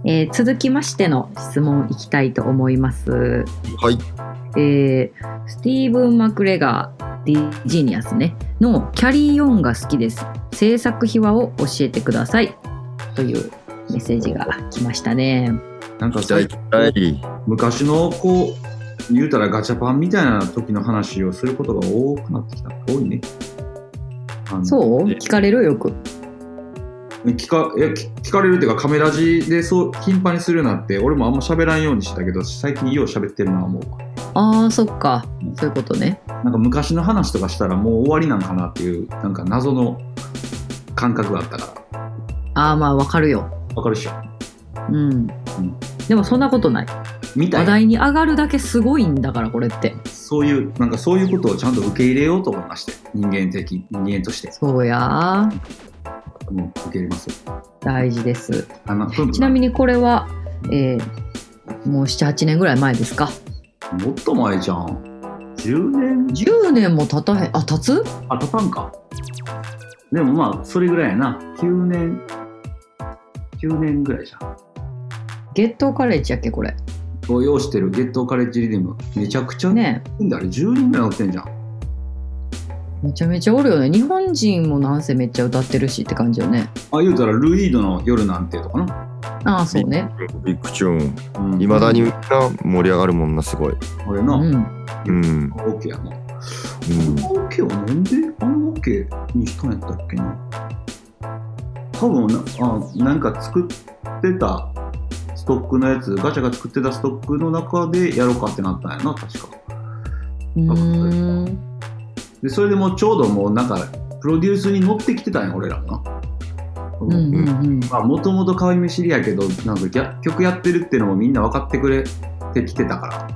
続きましての質問いきたいと思います。 はい。 スティーブン・マクレガー、ジーニアスねのキャリーオンが好きです。制作秘話を教えてくださいというメッセージが来ましたね。 なんか昔のこう言うたらガチャパンみたいな時の話をすることが多くなってきた。多いね。 そう聞かれるよく。 聞かれるっていうかカメラ字でそう頻繁にするようになって俺もあんま喋らんようにしたけど最近よう喋ってるな思う。 ああそっか、そういうことね。 なんか昔の話とかしたらもう終わりなんかなっていうなんか謎の感覚があったから。 ああまあわかるよ。 わかるっしょ。 でもそんなことない。 みたいな。 話題に上がるだけすごいんだからこれって。 そういうことをちゃんと受け入れようと思いまして人間として。 そうや。 もう受け入れますよ。 大事です。ちなみにこれは、もう 7,8 年ぐらい前ですか。 もっと前じゃん。10 年も経たへん。あ、経つ？ 経たんか。でもまあそれぐらいやな。9年ぐらいじゃん。 ゲットーカレッジやっけこれ。 応用してるゲットーカレッジリディムめちゃくちゃね。 あれ10人ぐらい乗ってんじゃん。 めちゃめちゃおるよね。日本人もなんせめっちゃ歌ってるしって感じよね。 言うたらルイードの夜なんてとかな。 ああそうね。 ビッグチューン。いまだにみんな盛り上がるもんなすごい。 俺な。 OK やな。OK はなんでOK にしたんやったっけな。多分なんか作ってたストックのやつガチャが作ってたストックの中でやろうかってなったんやな確か。でそれでもうちょうどもうなんかプロデュースに乗ってきてたんや俺らもな。もともと顔見知りやけどなんか曲やってるっていうのもみんな分かってくれてきてたから、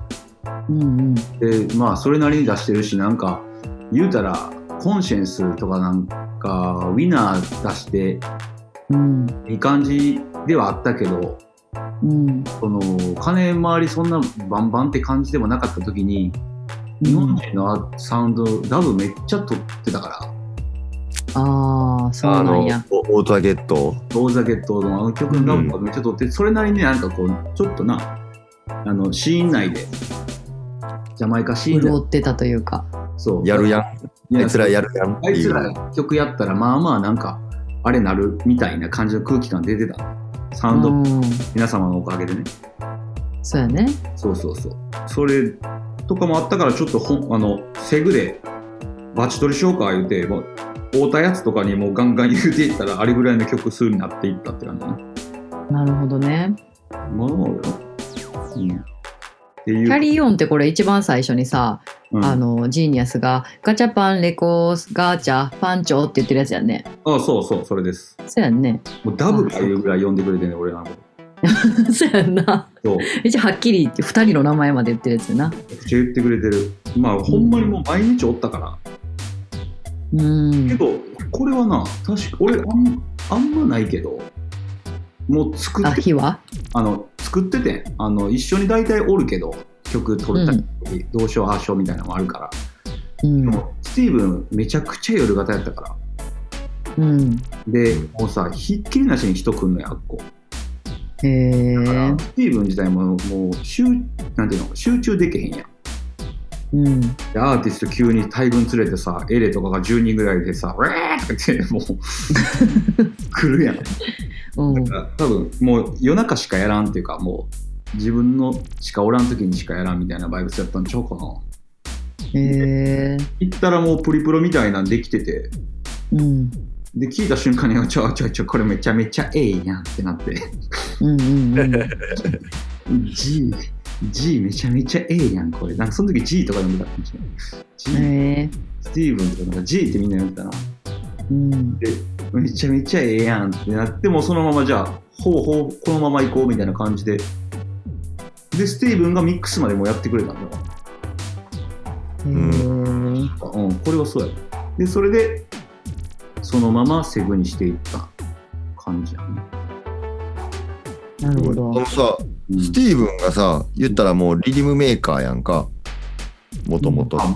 でまあそれなりに出してるしなんか言うたらコンシェンスとかなんかウィナー出して、いい感じではあったけど、その金回りそんなバンバンって感じでもなかった時に日本人のサウンドダブめっちゃ撮ってたから。 ああそうなんや。 オーザゲットの曲のダブがめっちゃ撮って、それなりになんかこうちょっとなシーン内でジャマイカシーンで潤ってたというか。 そうやるやん。あいつらやるやん。 あいつら曲やったらまあまあなんかあれなるみたいな感じの空気感出てた。サウンド皆様のおかげでね。 そうやね。 そうそれとかもあったからちょっとセグでバチ取りしようか言うて会うたやつとかにもうガンガン言うていったらあれぐらいの曲数になっていったって感じね。 なるほどね。 まあよ、 っていうキャリーオンってこれ一番最初にさ、ジーニアスがガチャパンレコーガーチャパンチョって言ってるやつやね。 そうそれです。 そうやんね。 もうダブが言うぐらい呼んでくれてね俺のこと。 そうやんな。一応はっきり2人の名前まで言ってるやつやな。 めっちゃ言ってくれてる。まあほんまにもう毎日おったから。けどこれはな確か俺あんまないけどもう作って日は作ってて一緒に大体おるけど曲撮ったり、どうしようああしようみたいなのもあるから、でもスティーブンめちゃくちゃ夜型やったから、でもうさひっきりなしに人来んのやっこ。だからスティーブン自体もなんていうの集中できへんやん。でアーティスト急に大群連れてさエレとかが10人ぐらいでさ「ウェー!」とか言ってもう来るやん。だから多分もう夜中しかやらんっていうかもう自分のしかおらん時にしかやらんみたいなバイブスやったんちゃうかな。行ったらもうプリプロみたいなんできてて、で聞いた瞬間にちょこれめちゃめちゃええやんってなってG めちゃめちゃええやんこれ。なんかその時 G とか読んでたかもしれない。スティーブンとかなんか G ってみんな読んでたな。でめちゃめちゃええやんってなってもそのままじゃあこのまま行こうみたいな感じでスティーブンがミックスまでもやってくれたんだよ。これはそうや。でそれでそのままセグにしていった感じやね。 なるほど。 さスティーブンがさ言ったらもうリディムメーカーやんかもともとな。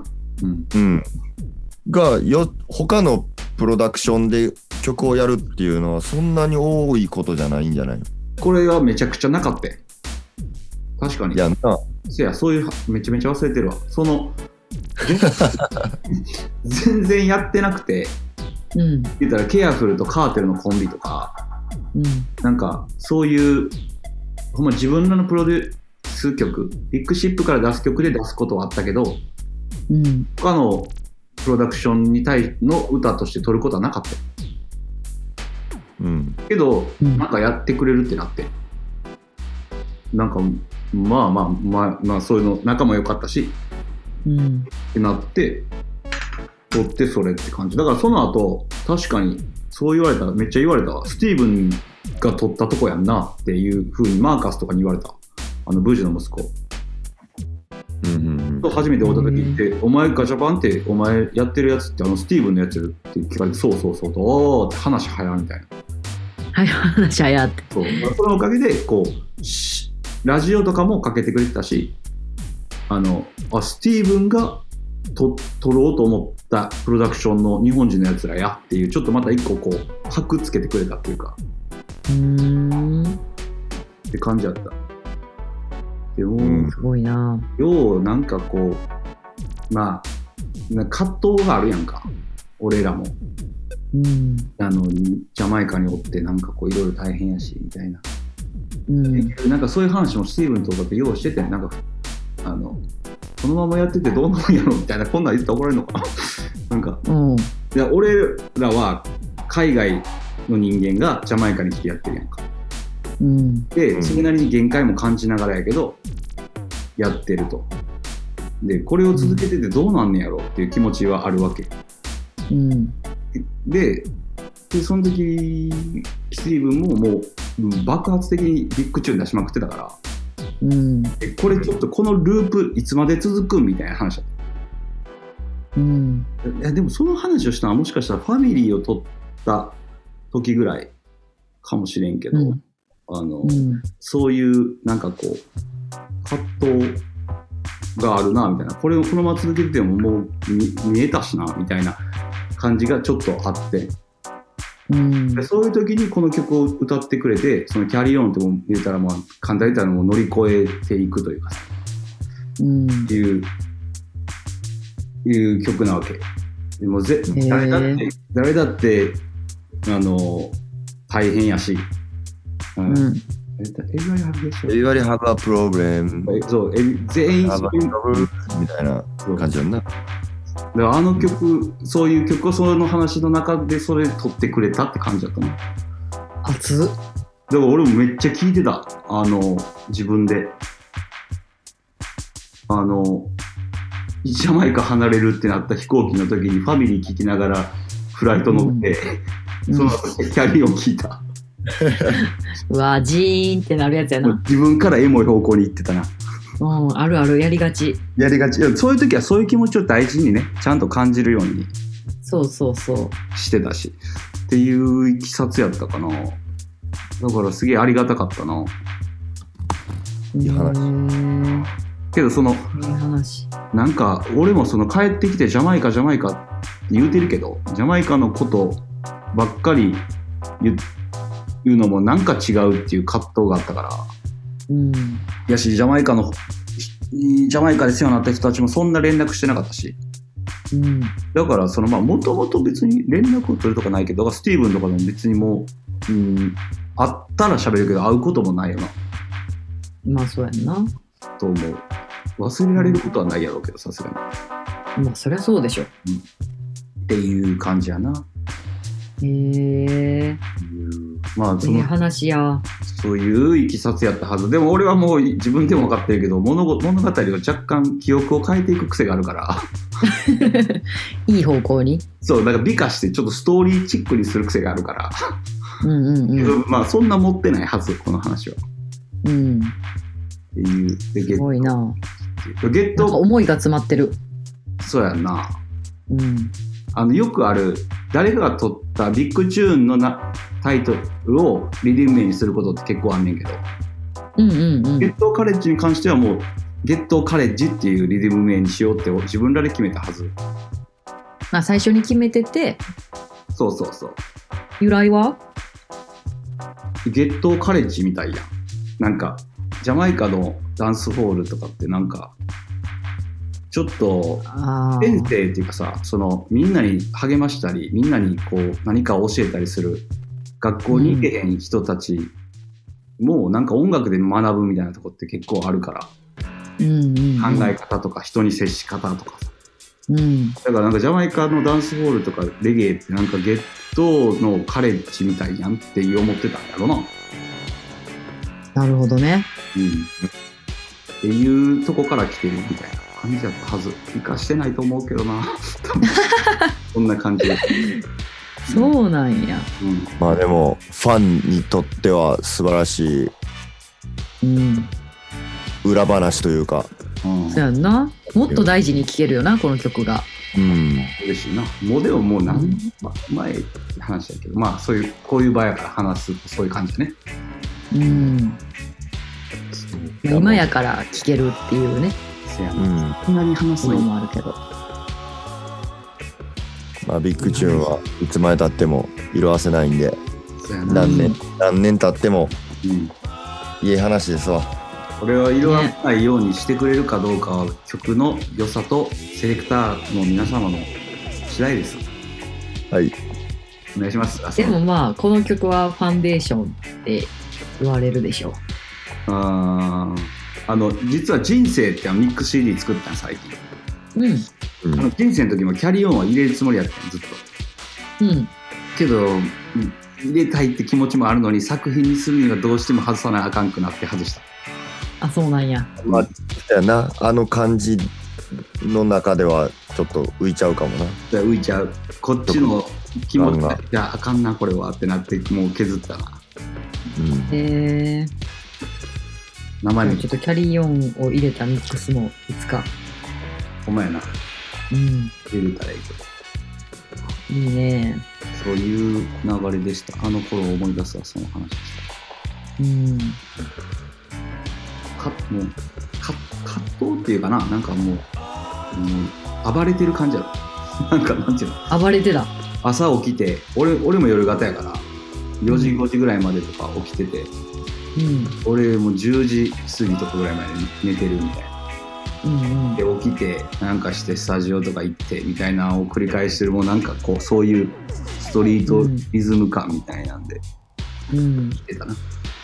が他のプロダクションで曲をやるっていうのはそんなに多いことじゃないんじゃない？ これはめちゃくちゃなかったよ。確かに。 やんな。 せや、そういう、めちゃめちゃ忘れてるわ。全然やってなくて、言ったらケアフルとカーテルのコンビとか、なんかそういうほんま自分らのプロデュース曲、ビッグシップから出す曲で出すことはあったけど、他のプロダクションに対の歌として取ることはなかった。けど、なんかやってくれるってなって、なんかまあそういうの仲も良かったし、ってなって取ってそれって感じだから、その後確かにそう言われた、めっちゃ言われたわ。スティーブンが取ったとこやんなっていう風にマーカスとかに言われた。ブージの息子と初めて会った時って、お前ガチャバンってお前やってるやつってスティーブンのやつって聞かれて、そうそうそうと、おーって話早みたいな。 はい、話早って。 そう、そのおかげでこうラジオとかもかけてくれてたし、スティーブンが撮ろうと思ったプロダクションの日本人のやつらやっていう、ちょっとまた一個こう箔つけてくれたっていうか、って感じだった。でも、すごいな。 ようなんかこう、まあ葛藤があるやんか、俺らも。ジャマイカにおってなんかこういろいろ大変やしみたいな。なんかそういう話もスティーブンとかってようしてて、なんかこのままやっててどうなるんやろみたいな、こんなん言って怒られるのかななんか、いや俺らは海外の人間がジャマイカに来てやってるやんか。で、それなりに限界も感じながらやけどやってると。で、これを続けててどうなんねやろっていう気持ちはあるわけ。で、その時スティーブンももう爆発的にビッグチューン出しまくってたから、これちょっとこのループいつまで続くみたいな話だった。いやでもその話をしたのはもしかしたらファミリーを撮った時ぐらいかもしれんけど、そういうなんかこう葛藤があるなみたいな、これをこのまま続けててももう 見えたしなみたいな感じがちょっとあって、でそういう時にこの曲を歌ってくれて、そのキャリーオンっても言ったら、まあ簡単に言ったらもう乗り越えていくというかさ、っていう曲なわけ。でも誰だって大変やし、 Everybody have a problem。 そう、全員みたいな感じだな。 だから曲、そういう曲をその話の中でそれ撮ってくれたって感じだったの。 熱っ。 だから俺もめっちゃ聞いてた、自分でジャマイカ離れるってなった飛行機の時にファミリー聞きながらフライト乗って、そのキャリーを聞いた。 うわ、ジーンってなるやつやな。 自分からエモい方向に行ってたな。 あるある、やりがち。 いや、そういう時はそういう気持ちを大事にね、ちゃんと感じるようにしてたしっていういきさつやったかな。だからすげえありがたかったな。 いい話。 けどいい話、 なんか俺も帰ってきてジャマイカって言うてるけど、ジャマイカのことばっかり言うのもなんか違うっていう葛藤があったから、やしジャマイカで世話になった人たちもそんな連絡してなかったし、だからもともと別に連絡を取るとかないけど、スティーブンとかでも別にもう、会ったら喋るけど会うこともないよな。 まあそうやんなと思う。忘れられることはないやろうけど、さすがに。まあそりゃそうでしょ。 っていう感じやな。まあ、 いい話や。 そういういきさつやったはず。でも俺はもう自分でも分かってるけど、物語を若干記憶を変えていく癖があるからいい方向に。 そう、だから美化してちょっとストーリーチックにする癖があるからまあそんな持ってないはず、この話は。っていうすごいな。 ゲット、 なんか思いが詰まってる。 そうやんな。よくある誰かが撮ったビッグチューンのタイトルをリリー名にすることって結構あんねんけど、ゲットカレッジに関してはもうゲットカレッジっていうリリーム名にしようって自分らで決めたはず。 まあ最初に決めてて。 そう。 由来はゲットカレッジみたいやん。なんかジャマイカのダンスホールとかってなんかちょっと先生っていうかさ、そのみんなに励ましたりみんなにこう何かを教えたりする学校に行けへん人たちもなんか音楽で学ぶみたいなとこって結構あるから、考え方とか人に接し方とかさ、だからなんかジャマイカのダンスホールとかレゲエってなんかゲットのカレッジみたいやんって思ってたんやろな。 なるほどね。 っていうとこから来てるみたいな感じだったはず。生かしてないと思うけどな。そんな感じだった。 そうなんや。 まあでもファンにとっては素晴らしい裏話というか、 そうやんな。もっと大事に聴けるよな、この曲が。 嬉しいな。でももう何前って話だけど、まあそういうこういう場やから話すとそういう感じだね。 今やから聴けるっていうね。 そやな。そんなに話すのもあるけど。 まあビッグチューンはいつまでたっても色あせないんで、何年経ってもいい話ですわ。 これは色あせないようにしてくれるかどうかは曲の良さとセレクターの皆様の次第です。 はい。 お願いします。 でもまあこの曲はファンデーションって言われるでしょう。 実は人生ってミックス CD 作ったん最近。人生の時もキャリーオンは入れるつもりやったんずっと。けど入れたいって気持ちもあるのに作品にするにはどうしても外さなあかんくなって外した。 あ、そうなんや。 まあだな、あの感じの中ではちょっと浮いちゃうかもな。 浮いちゃう。こっちの気持ちがいやあかんなこれはってなってもう削ったな。名前ちょっとキャリーオンを入れたミックスもいつか。 ほんまやな。入れたらいいけど。 いいね。 そういう流れでした。あの頃を思い出すわ、その話でした。もう葛藤っていうかな、なんかもう暴れてる感じやろ。なんかなんていうの。 暴れてた。 朝起きて、俺も夜型やから4時5時ぐらいまでとか起きてて、俺もう10時過ぎとかぐらいまで寝てるみたいな。で起きてなんかしてスタジオとか行ってみたいなのを繰り返してる、もうなんかこうそういうストリートリズム感みたいなんで来てたな。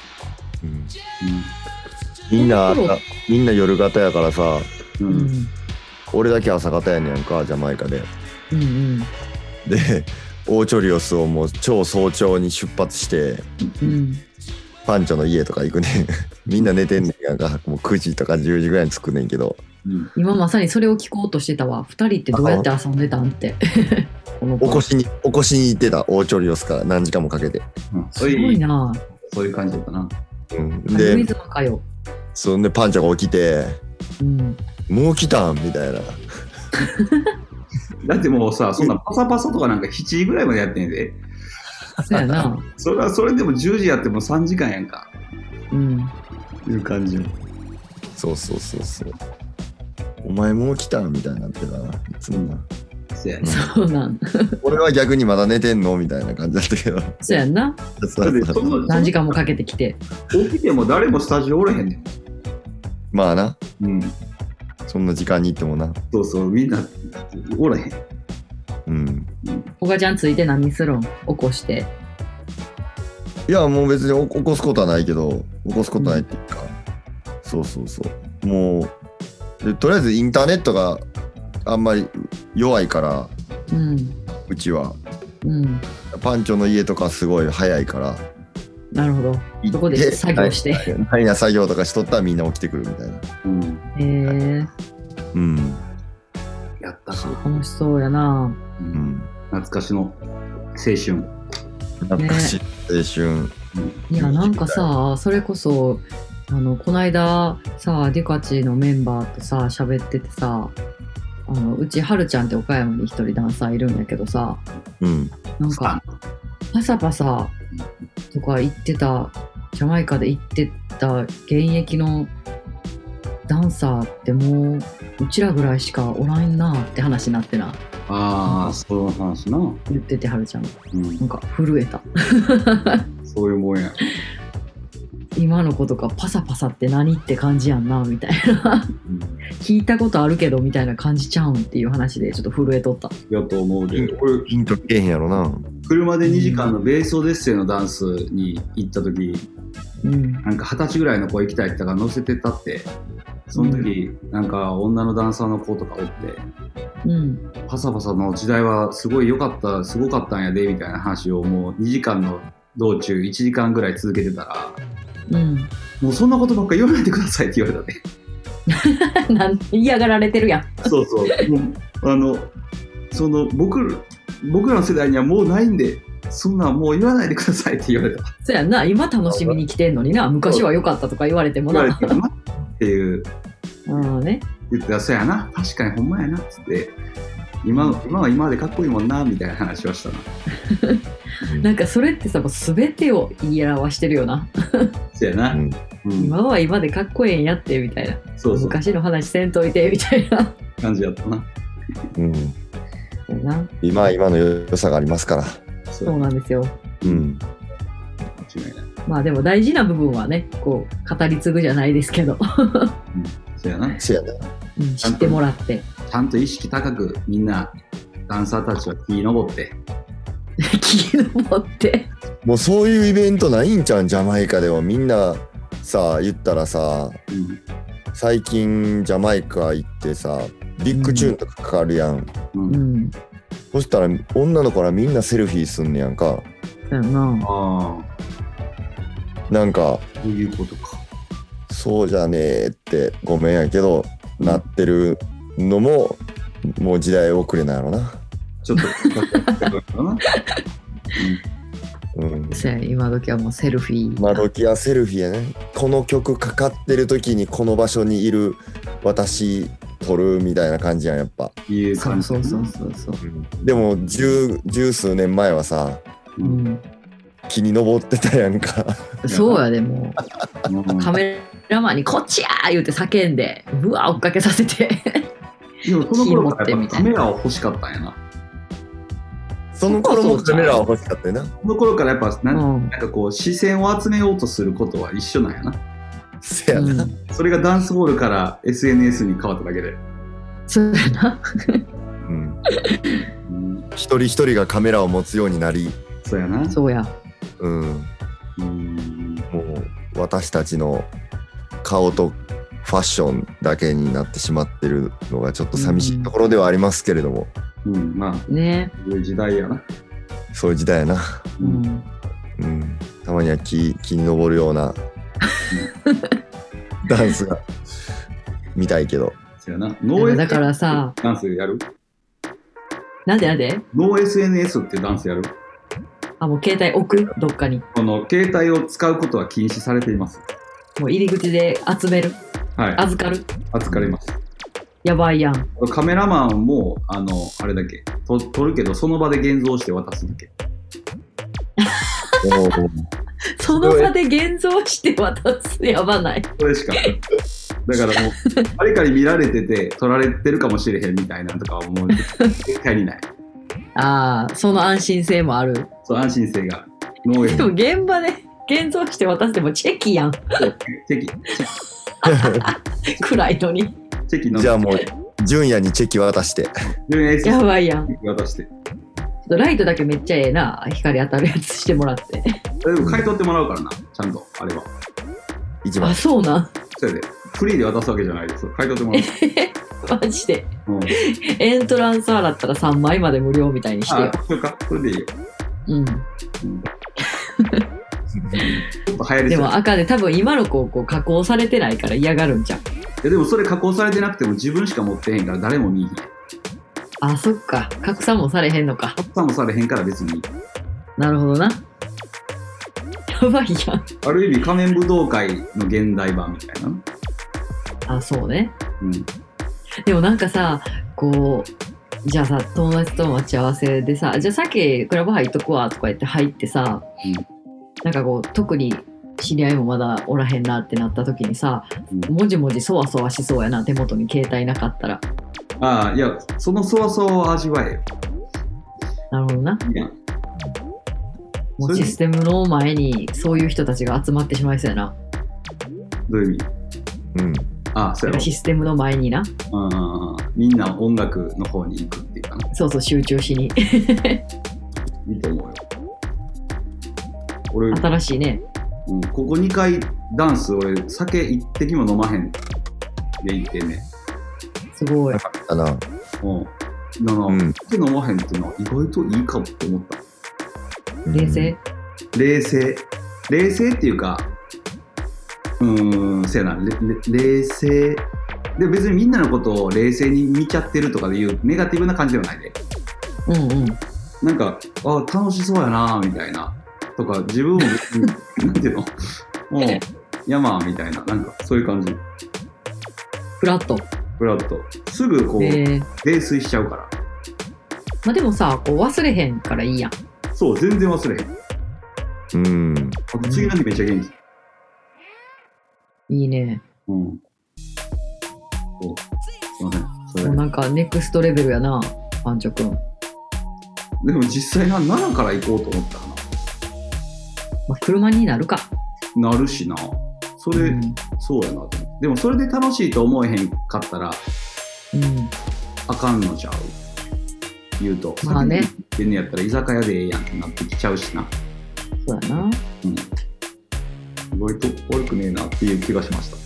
みんな夜型やからさ、俺だけ朝型やねんか、ジャマイカで。でオーチョリオスをもう超早朝に出発して、パンチョの家とか行くねん。みんな寝てんねんやんか、もう9時とか10時ぐらいに着くねんけど、 今まさにそれを聞こうとしてたわ。2人ってどうやって遊んでたんって起こしに行ってた、オーチョリオスから何時間もかけて。 すごいな。 そういう感じだったな。 でリズムかよ。 そんでパンチョが起きて、もう来たんみたいな。 だってもうさ、そんなパサパサとかなんか7時ぐらいまでやってんで。 そうやな。 それでも10時やっても3時間やんか。いう感じよ。 そう。お前もう来たんみたいになってたな、いつもな。 そうなん。 俺は逆にまだ寝てんのみたいな感じだったけど。 そうやんな。何時間もかけてきて。 起きても誰もスタジオおれへんねん。 まあな。そんな時間に行ってもな。 そう、みんなおらへん。 おがちゃんついて何するん？起こして。 いやもう別に起こすことはないけど、起こすことないっていうか、そうもうでとりあえずインターネットがあんまり弱いから、うちは、パンチョの家とかすごい早いから。 なるほど。そこで作業して何や作業とかしとったらみんな起きてくるみたいな。 やったか。 楽しそうやな。 懐かしの青春。 懐かしい青春。 いやなんかさ、それこそこの間さ、デュカチのメンバーとさ喋っててさ、うちはるちゃんって岡山に一人ダンサーいるんやけどさ、なんかパサパサとか言ってた、ジャマイカで行ってた現役のダンサーってもううちらぐらいしかおらんなって話になってな。 そういう話な。 言っててはるちゃん、なんか震えた。 そういうもんや。 今の子とかパサパサって何って感じやんなみたいな聞いたことあるけどみたいな感じちゃうんっていう話でちょっと震えとった。 やと思うで、 ヒントけえへんやろな。 車で2時間のベースオデッセイのダンスに行った時、なんか20歳ぐらいの子行きたいって言ったから乗せてったって、その時、なんか女のダンサーの子とかおって、パサパサの時代はすごい良かった、すごかったんやでみたいな話をもう2時間の道中1時間ぐらい続けてたら、もうそんなことばっか言わないでくださいって言われたね。 なん嫌がられてるやん。 そうそう。もうその僕らの世代にはもうないんで、そんなんもう言わないでくださいって言われた。 そうやんな、今楽しみに来てんのにな、昔は良かったとか言われてもな。言われてもなっていう。ね。言ってた、そうやな、確かにほんまやなっつって。今は今でかっこいいもんなみたいな話はしたな。 なんかそれってさ、もう全てを言い表してるよな。 そうやな、 今は今でかっこええんやってみたいな。そう昔の話せんといてみたいな感じやったな。 今は今の良さがありますから。 そうなんですよ。まあでも大事な部分はね、こう語り継ぐじゃないですけど。 そうやな。 そうやな。 知ってもらって。 ちゃんと意識高くみんなダンサーたちは木登って木登ってもうそういうイベントないんちゃうん、ジャマイカでも。みんなさ、言ったらさ、最近ジャマイカ行ってさ、ビッグチューンとかかかるやん、そしたら女の子らみんなセルフィーすんねやんか。なんかそういうことか。 そうじゃねえってごめんやけど、なってるのももう時代遅れなんやろな。 ちょっとそうや、今時はもうセルフィー。 今時はセルフィーやね。この曲かかってる時にこの場所にいる私撮るみたいな感じやん、やっぱ。 いう感じ。 そう。 でも十数年前はさ、木に登ってたやんか。 そうやでもカメラマンにこっちやー言うて叫んでうわ追っかけさせてでもその頃からやっぱカメラは欲しかったんやな。 その頃もカメラは欲しかったよな。 その頃からやっぱなんかこう視線を集めようとすることは一緒なんやな。 せやな、 それがダンスホールから SNS に変わっただけで。 そうやな一人一人がカメラを持つようになり。 そうやな。 そうや。 もう私たちの顔とファッションだけになってしまってるのがちょっと寂しいところではありますけれども、 まあね、 そういう時代やな。 そういう時代やな。たまには木に登るようなダンスが見たいけど。 そうやな。 だからさ、 ダンスやる？ なんでノー SNS ってダンスやる？ もう携帯置く？どっかに。 この携帯を使うことは禁止されています。 もう入り口で集める？預かる？ 預かります。 やばいやん。 カメラマンもあれだけ撮るけど、その場で現像して渡すだけ。 その場で現像して渡す？やばない。 それしかない。だからもう誰かに見られてて撮られてるかもしれへんみたいなとかはもう絶対にない。 その安心性もある。 そう、安心性が。 でも現場で現像して渡してもチェキやん。チェキ暗いのに。 チェキの。じゃあもう純也にチェキ渡して。 やばいやん。 渡して。 ライトだけめっちゃええな、光当たるやつしてもらって。 でも買い取ってもらうからな、ちゃんとあれは。 そうなん。 それでフリーで渡すわけじゃないです。買い取ってもらう。 マジで、エントランス払ったら3枚まで無料みたいにしてよ。 そうか、それでいいよ。ちょっと流行りそう。 でも赤で多分今の子加工されてないから嫌がるんじゃん。 でもそれ加工されてなくても自分しか持ってへんから誰も見えへん。 そっか、拡散もされへんのか。 拡散もされへんから別に。 なるほどな。やばいやん。 ある意味仮面武道会の現代版みたいな。 そうね。でもなんかさ、こうじゃあさ、友達との待ち合わせでさ、じゃあさっきクラブ入っとくわとか言って入ってさ、なんかこう特に知り合いもまだおらへんなってなった時にさ、もじもじそわそわしそうやな、手元に携帯なかったら。 いや、そのそわそわを味わえよ。 なるほどな。 もうシステムの前にそういう人たちが集まってしまいそうやな。 どういう意味？そうやろ。 システムの前にな。 みんな音楽の方に行くっていうかな。 そうそう、集中しに。 いいと思うよ。俺、 新しいね。 ここ2回ダンス、俺、酒一滴も飲まへんで行ってね。 すごい。 だな。 酒飲まへんっていうのは意外といいかもって思った。 冷静っていうか、せやな、冷静で、別にみんなのことを冷静に見ちゃってるとかでいうネガティブな感じではないで、なんか楽しそうやなみたいなとか、自分もなんていうの、もう山みたいな、なんかそういう感じ。 フラットすぐこう泥酔しちゃうから。 まあでもさ、こう忘れへんからいいやん。 そう、全然忘れへん。あと次の日めっちゃ元気。 いいね。 すいません。 もうなんかネクストレベルやな、パンチョくん。 でも実際奈良から行こうと思ったかな。 まあ車になるか。 なるしな。それ、そうやなと思って。でもそれで楽しいと思えへんかったら、あかんのちゃう。言うと。 まあね。 ってんのやったら居酒屋でええやんってなってきちゃうしな。 そうやな。 意外と悪くねえなっていう気がしました。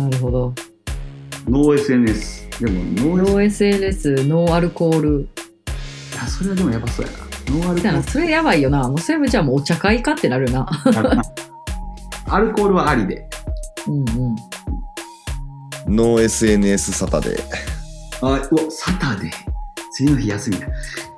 なるほど。 ノー SNS。でもノー SNS、ノーアルコール。 いや、それはでもやばそうやな。ノーアルコール。 それやばいよな。もうそれじゃあもうお茶会かってなるな。 アルコールはありで。 ノー SNS サタデー。 サタデー。次の日休みだ。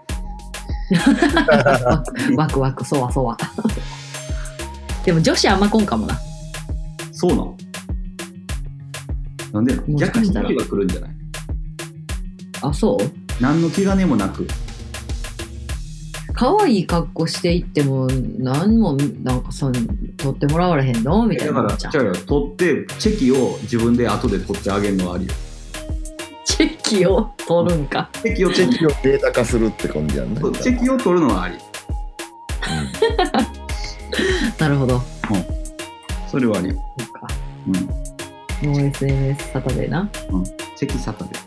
ワクワク、そわそわ。でも女子あんま来んかもな。 そうなの？なんで逆に時が来るんじゃない？ あ、そう？ 何の気兼ねもなく。 可愛い格好していっても何もなんか取ってもらわれへんのみたいな。 だから取ってチェキを自分で後で取ってあげるのはありよ。 チェキを取るんか。 チェキをデータ化するって感じやんね。 チェキを取るのはあり。 なるほど。 それはありよ。 ノー SNS サタデーな。 チェキサタデー。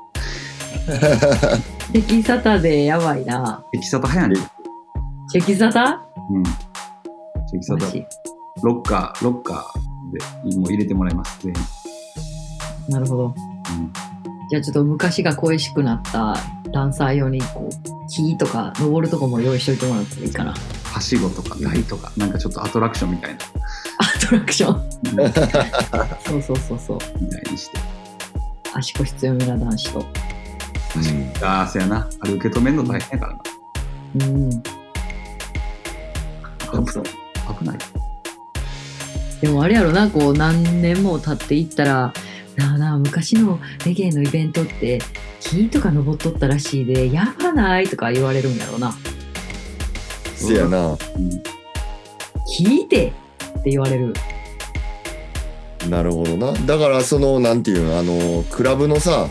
チェキサタデーやばいな。 チェキサタはやねん。 チェキサタ？ チェキサタ。ロッカーでもう入れてもらいます。 なるほど。じゃあちょっと昔が恋しくなったダンサー用にこう木とか登るとこも用意しといてもらっていいかな。 はしごとか台とか、なんかちょっとアトラクションみたいな。 アトラクション。そう。 みたいにして。 足腰強めな男子と。 そうやな。あれ受け止めるの大変やからな。危ない。 でもあれやろな、こう何年も経っていったら、なあ昔のレゲエのイベントって木とか登っとったらしいで、やばないとか言われるんやろな。 せやな。 聞いてって言われる。 なるほどな。だからなんていうの、クラブのさ、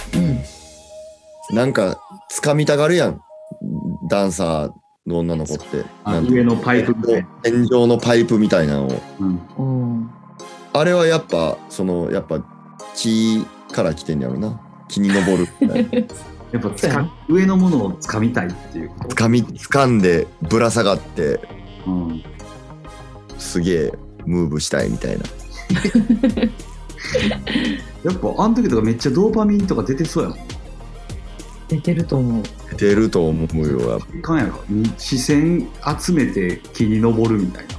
なんか掴みたがるやん、ダンサーの女の子って。 上のパイプみたいな、 天井のパイプみたいなのを、あれはやっぱ木から来てんやろな。木に登るみたいな。 やっぱ上のものを掴みたいっていうこと。 掴んでぶら下がって、すげえムーブしたいみたいな。 やっぱあの時とかめっちゃドーパミンとか出てそうやもん。 出てると思うよ。 いかんやろ。視線集めて木に登るみたいな。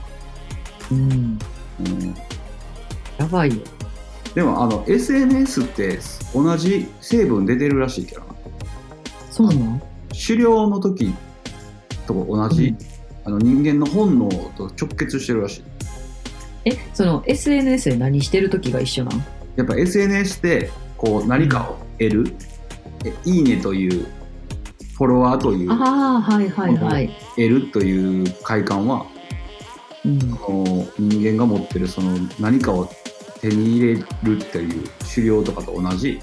やばいよ。 でもSNS って同じ成分出てるらしいけどな。 そうなの？ 狩猟の時と同じ、人間の本能と直結してるらしい。 SNS で何してる時が一緒なの？ やっぱ SNS でこう何かを得る、いいねというフォロワーという得るという快感は、人間が持ってる何かを手に入れるっていう狩猟とかと同じ、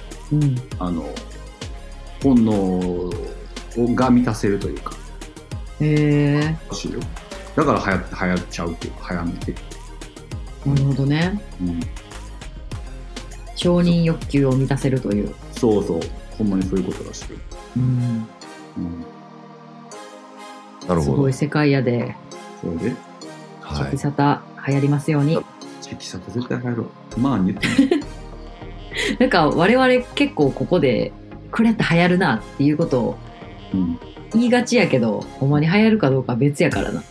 本能が満たせるというか、 らしいよ。だから流行っちゃうっていうか、流行んで。 なるほどね。承認欲求を満たせるという。 そうそう。ほんまにそういうことらしいよ。 なるほど。 すごい世界やで。 それで、 チェキサタ流行りますように。 チェキサタ絶対流行ろう。まあ言ってもなんか我々結構ここでこれって流行るなっていうことを言いがちやけど、ほんまに流行るかどうかは別やからな。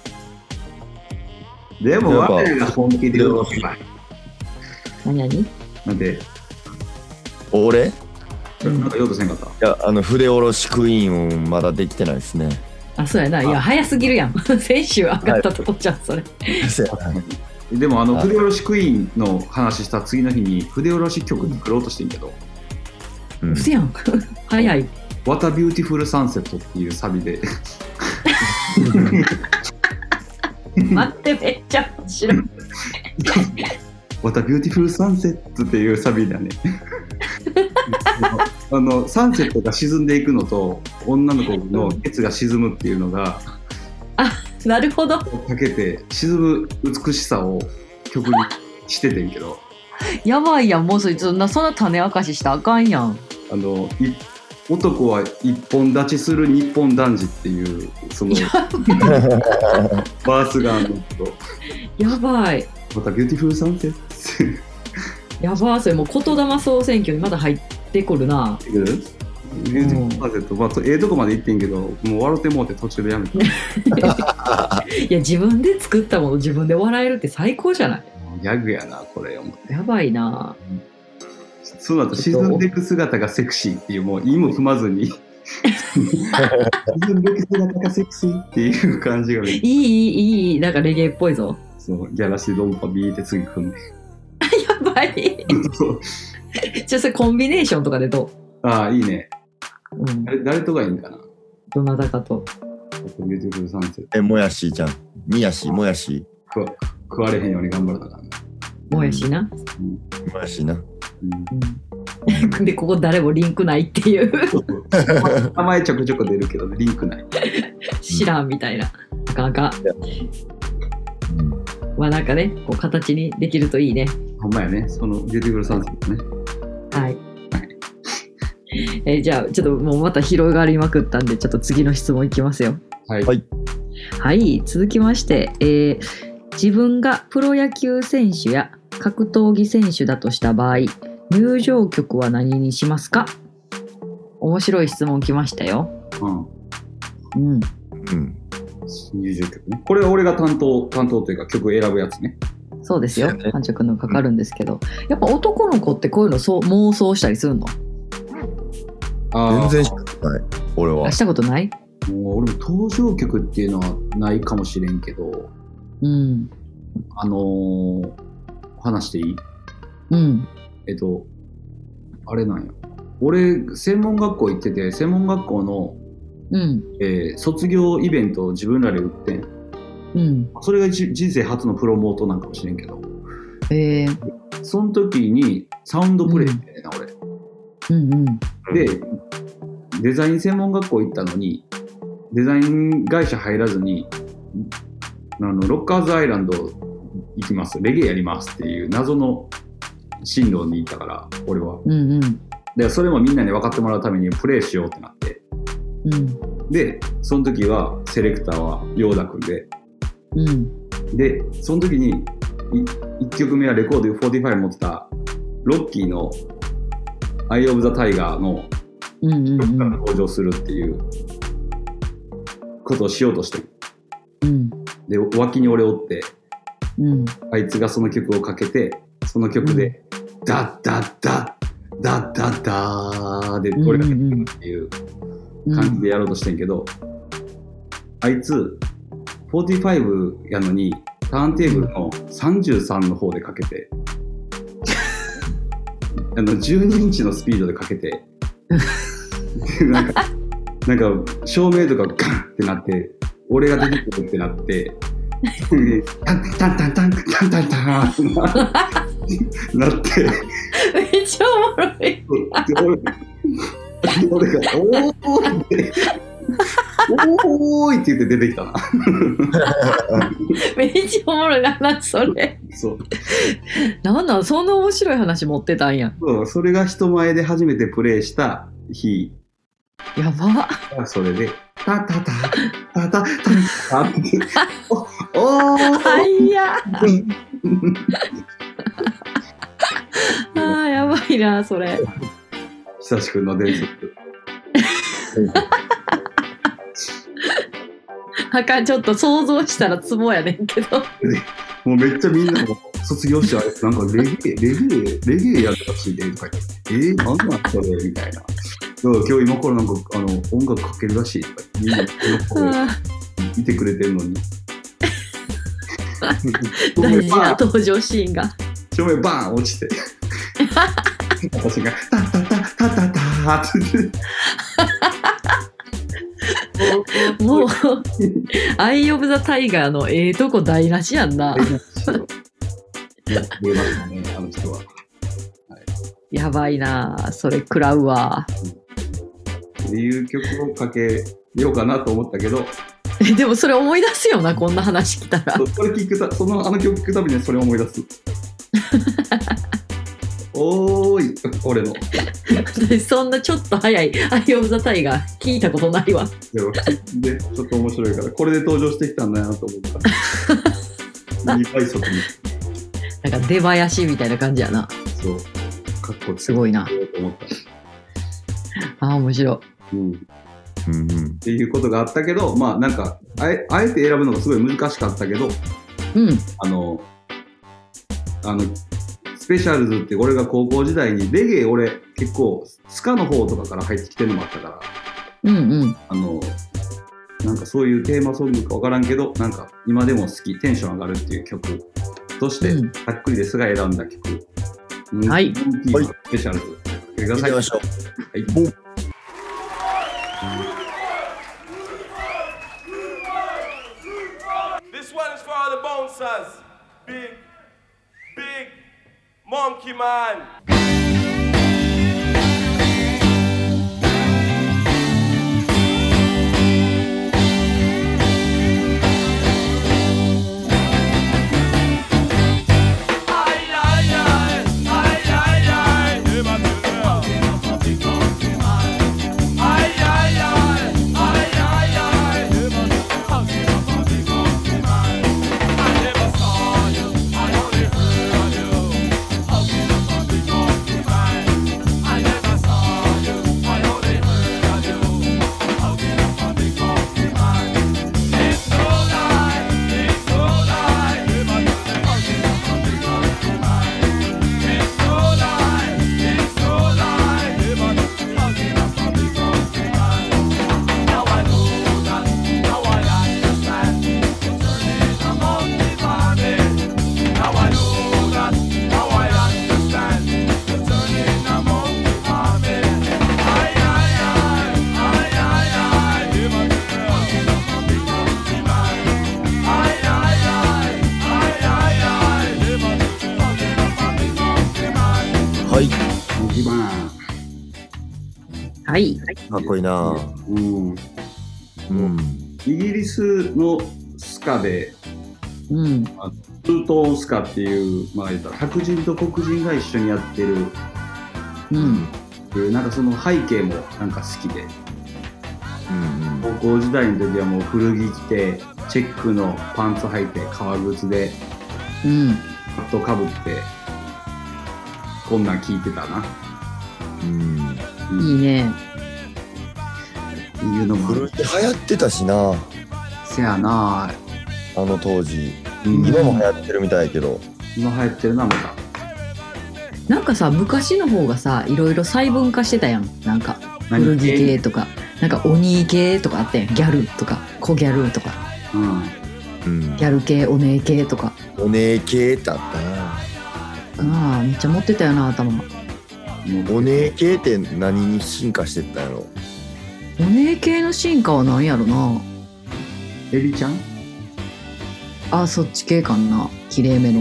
でも我々が本気で動けば。 何なんで俺なんか言おうとせんかった。 いや、筆下ろしクイーンまだできてないですね。 あ、そうやな。いや、早すぎるやん。先週上がったとこじゃん、それ。 でも筆下ろしクイーンの話した次の日に筆下ろし曲作ろうとしてんけど、 うせやん。早い。 What a Beautiful Sunset っていうサビで待って、めっちゃ面白い。 What a Beautiful Sunset っていうサビだね。サンセットが沈んでいくのと女の子のケツが沈むっていうのが、 なるほど。 かけて沈む美しさを曲にしててんけど、 やばいやん。もうそんな種明かししたらあかんやん。 男は一本立ちする日本男児っていうそのバースがあるのと、 やばい。 またビューティフルサンセットやばい。それもう言霊総選挙にまだ入ってくるな。 ビューティフルサンセット、まあとこまで言ってんけど、もう笑ってもうて途中でやめた。 いや、自分で作ったもの自分で笑えるって最高じゃない。 ギャグやなこれ。思ってやばいな。 そうだと沈んでいく姿がセクシーっていう、もう意も踏まずに沈んでいく姿がセクシーっていう感じがいいなんかレゲエっぽいぞ。 そうギャラシードンパビーって次組んでやばい。じゃあそれコンビネーションとかでどう？ ああいいね、誰とがいいんかな。 どなたかと。 ビューティフルサンセット。 もやしじゃん。みやしもやし食われへんように頑張るだからね。 もやしな。 もやしな。 でここ誰もリンクないっていう名前ちょくちょく出るけど、ね、リンクない。 知らんみたいな。なかなか。まあなんかね、こう形にできるといいね。 ほんまやね。そのビューティフルサンセットね。 はい。じゃあちょっともうまた広がりまくったんで、ちょっと次の質問いきますよ。 はい。 はい、続きまして、自分がプロ野球選手や格闘技選手だとした場合、入場曲は何にしますか？面白い質問来ましたよ。 入場曲ね。これは俺が担当というか曲選ぶやつね。 そうですよ。パンチョ君のかかるんですけど、やっぱ男の子ってこういうの妄想したりするの？ 全然したことない。俺は。 したことない？ もう俺も登場曲っていうのはないかもしれんけど、話していい？あれなんや。俺専門学校行ってて、専門学校の、卒業イベントを自分らで売ってん。それが人生初のプロモートなんかもしれんけど。その時にサウンドプレイしてな、俺。で、デザイン専門学校行ったのに、デザイン会社入らずに、ロッカーズアイランド行きます、レゲエやりますっていう謎の進路に行ったから、俺は。でそれもみんなに分かってもらうためにプレイしようってなって。で、その時はセレクターはヨーダ君で。で、その時に1曲目はレコード45持ってたロッキーのアイ・オブ・ザ・タイガーの曲から登場するっていうことをしようとしてる。で、脇に俺おって、あいつがその曲をかけて、その曲で、ダッダッダッダッダッダーで俺が出てくるっていう感じでやろうとしてんけど、あいつ45やのにターンテーブルの33の方でかけて12インチのスピードでかけてなんか照明とかガンってなって俺が出てくるってなってタンタンタンタンタンタンタンなってめっちゃおもろい。 俺がおーっておーいって言って出てきたな。 めっちゃおもろいな、それ。 そう。 なんそんな面白い話持ってたんや。 そう、それが人前で初めてプレイした日。 やば。 それで、タタタ、タタタタって、おーはいや。ああ、やばいな、それ。 久しくんの伝説。 あかん、ちょっと想像したらツボやねんけど。 もうめっちゃみんなも卒業してあれなんかレゲエやったらしいでとか言って、なんなんそれみたいな。今日今からなんか音楽かけるらしいとかみんな見てくれてるのに。 大事な登場シーンが。 照明バーン落ちて。私がタタタタタタって。 もうアイ・オブ・ザ・タイガーのとこ台無しやんな。やばいな、それ食らうわ。 っていう曲をかけようかなと思ったけど、 でもそれ思い出すよな、こんな話来たら。 それ聞くた、あの曲聞くたびにそれ思い出す。おーい、俺の。 そんなちょっと早いアイ・オブ・ザ・タイガー聞いたことないわ。 で、ちょっと面白いから、これで登場してきたんだなと思った。2倍速に。 なんか出囃子みたいな感じやな。 そう。かっこすごいな。ああ、面白い。 っていうことがあったけど、まあなんかあえて選ぶのがすごい難しかったけど、スペシャルズって俺が高校時代にレゲエ俺結構スカの方とかから入ってきてるのもあったから、なんかそういうテーマソングか分からんけど、なんか今でも好き、テンション上がるっていう曲として、ざっくりですが選んだ曲。 はい。 スペシャルズ。見てみましょう。はい。 This one is for all the bouncers. Big monkey man. はい。 かっこいいな。 イギリスのスカで、ツートーンスカっていう、まあ、白人と黒人が一緒にやってる、なんかその背景もなんか好きで、高校時代の時はもう古着着てチェックのパンツ履いて革靴で、ハットかぶってこんなん聞いてたな。 いいね。 いうのも古着流行ってたしな。 せやな、 あの当時。今も流行ってるみたいやけど。 今流行ってるな、また。 なんかさ、昔の方がさ、いろいろ細分化してたやん。なんか古着系とか、なんか鬼系とかあったやん。ギャルとか小ギャルとか、ギャル系、お姉系とか。 お姉系ってあったな。めっちゃ持ってたよな、頭。 お姉系って何に進化してったんやろ。 お姉系の進化は何やろな。 エビちゃん？ そっち系かな。きれいめの。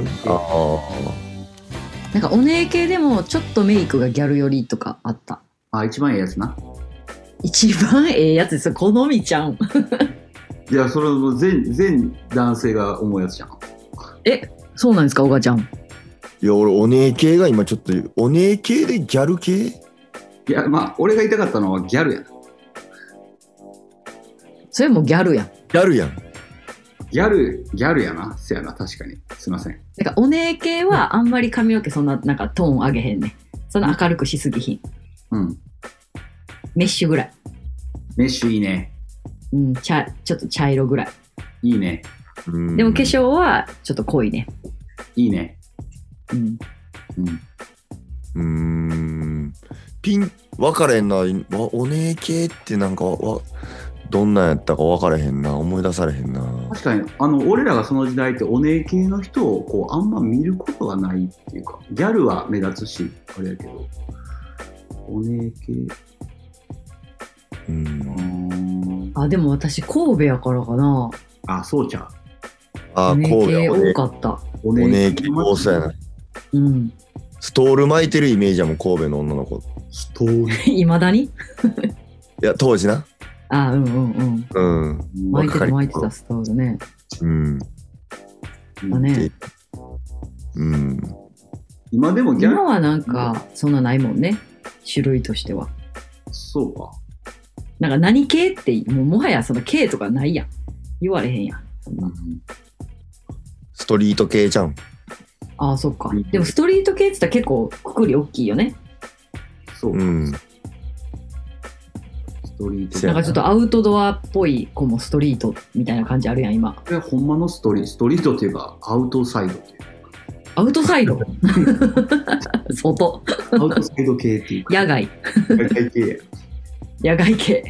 なんかお姉系でもちょっとメイクがギャル寄りとかあった。 一番いいやつな。 一番ええやつですよ、好みちゃん。 いや、それも全男性が思うやつじゃん。 そうなんですか、おがちゃん。 いや俺お姉系が今ちょっとお姉系でギャル系。 いや、まあ俺が言いたかったのはギャルやな。 それもギャルやん。 ギャルやん。 ギャルやな。せやな、確かに。すいません。 だからお姉系はあんまり髪の毛そんななんかトーン上げへんね。そんな明るくしすぎひん。 うん。 メッシュぐらい。 メッシュいいね。 うん、ちょっと茶色ぐらい。 いいね。 でも化粧はちょっと濃いね。 いいね。 うん。 ピン分かれへんな。お姉系ってなんかどんなんやったか分かれへんな。思い出されへんな。 確かに俺らがその時代ってお姉系の人をこうあんま見ることがないっていうか、ギャルは目立つしあれやけど、お姉系。 あ、でも私神戸やからかな。 あ、そうちゃう。 お姉神系戸多かった。 お姉系多そうやな。 うん。 ストール巻いてるイメージやもん、神戸の女の子。 ストール。 いまだに？ いや当時な。 あ、うん巻いてたストールね。だね。 今でもギャル。 今はなんかそんなないもんね、種類としては。 そうか。 なんか何系ってもはやその系とかないやん。言われへんやん。 ストリート系じゃん。 ああ、そっか。でもストリート系って言ったら結構くくり大きいよね。 そうか。ストリート。 なんかちょっとアウトドアっぽい子もストリートみたいな感じあるやん今。 これほんまのストリートっていうかアウトサイドっていう。 アウトサイド外。 アウトサイド系っていうか。 野外。野外系。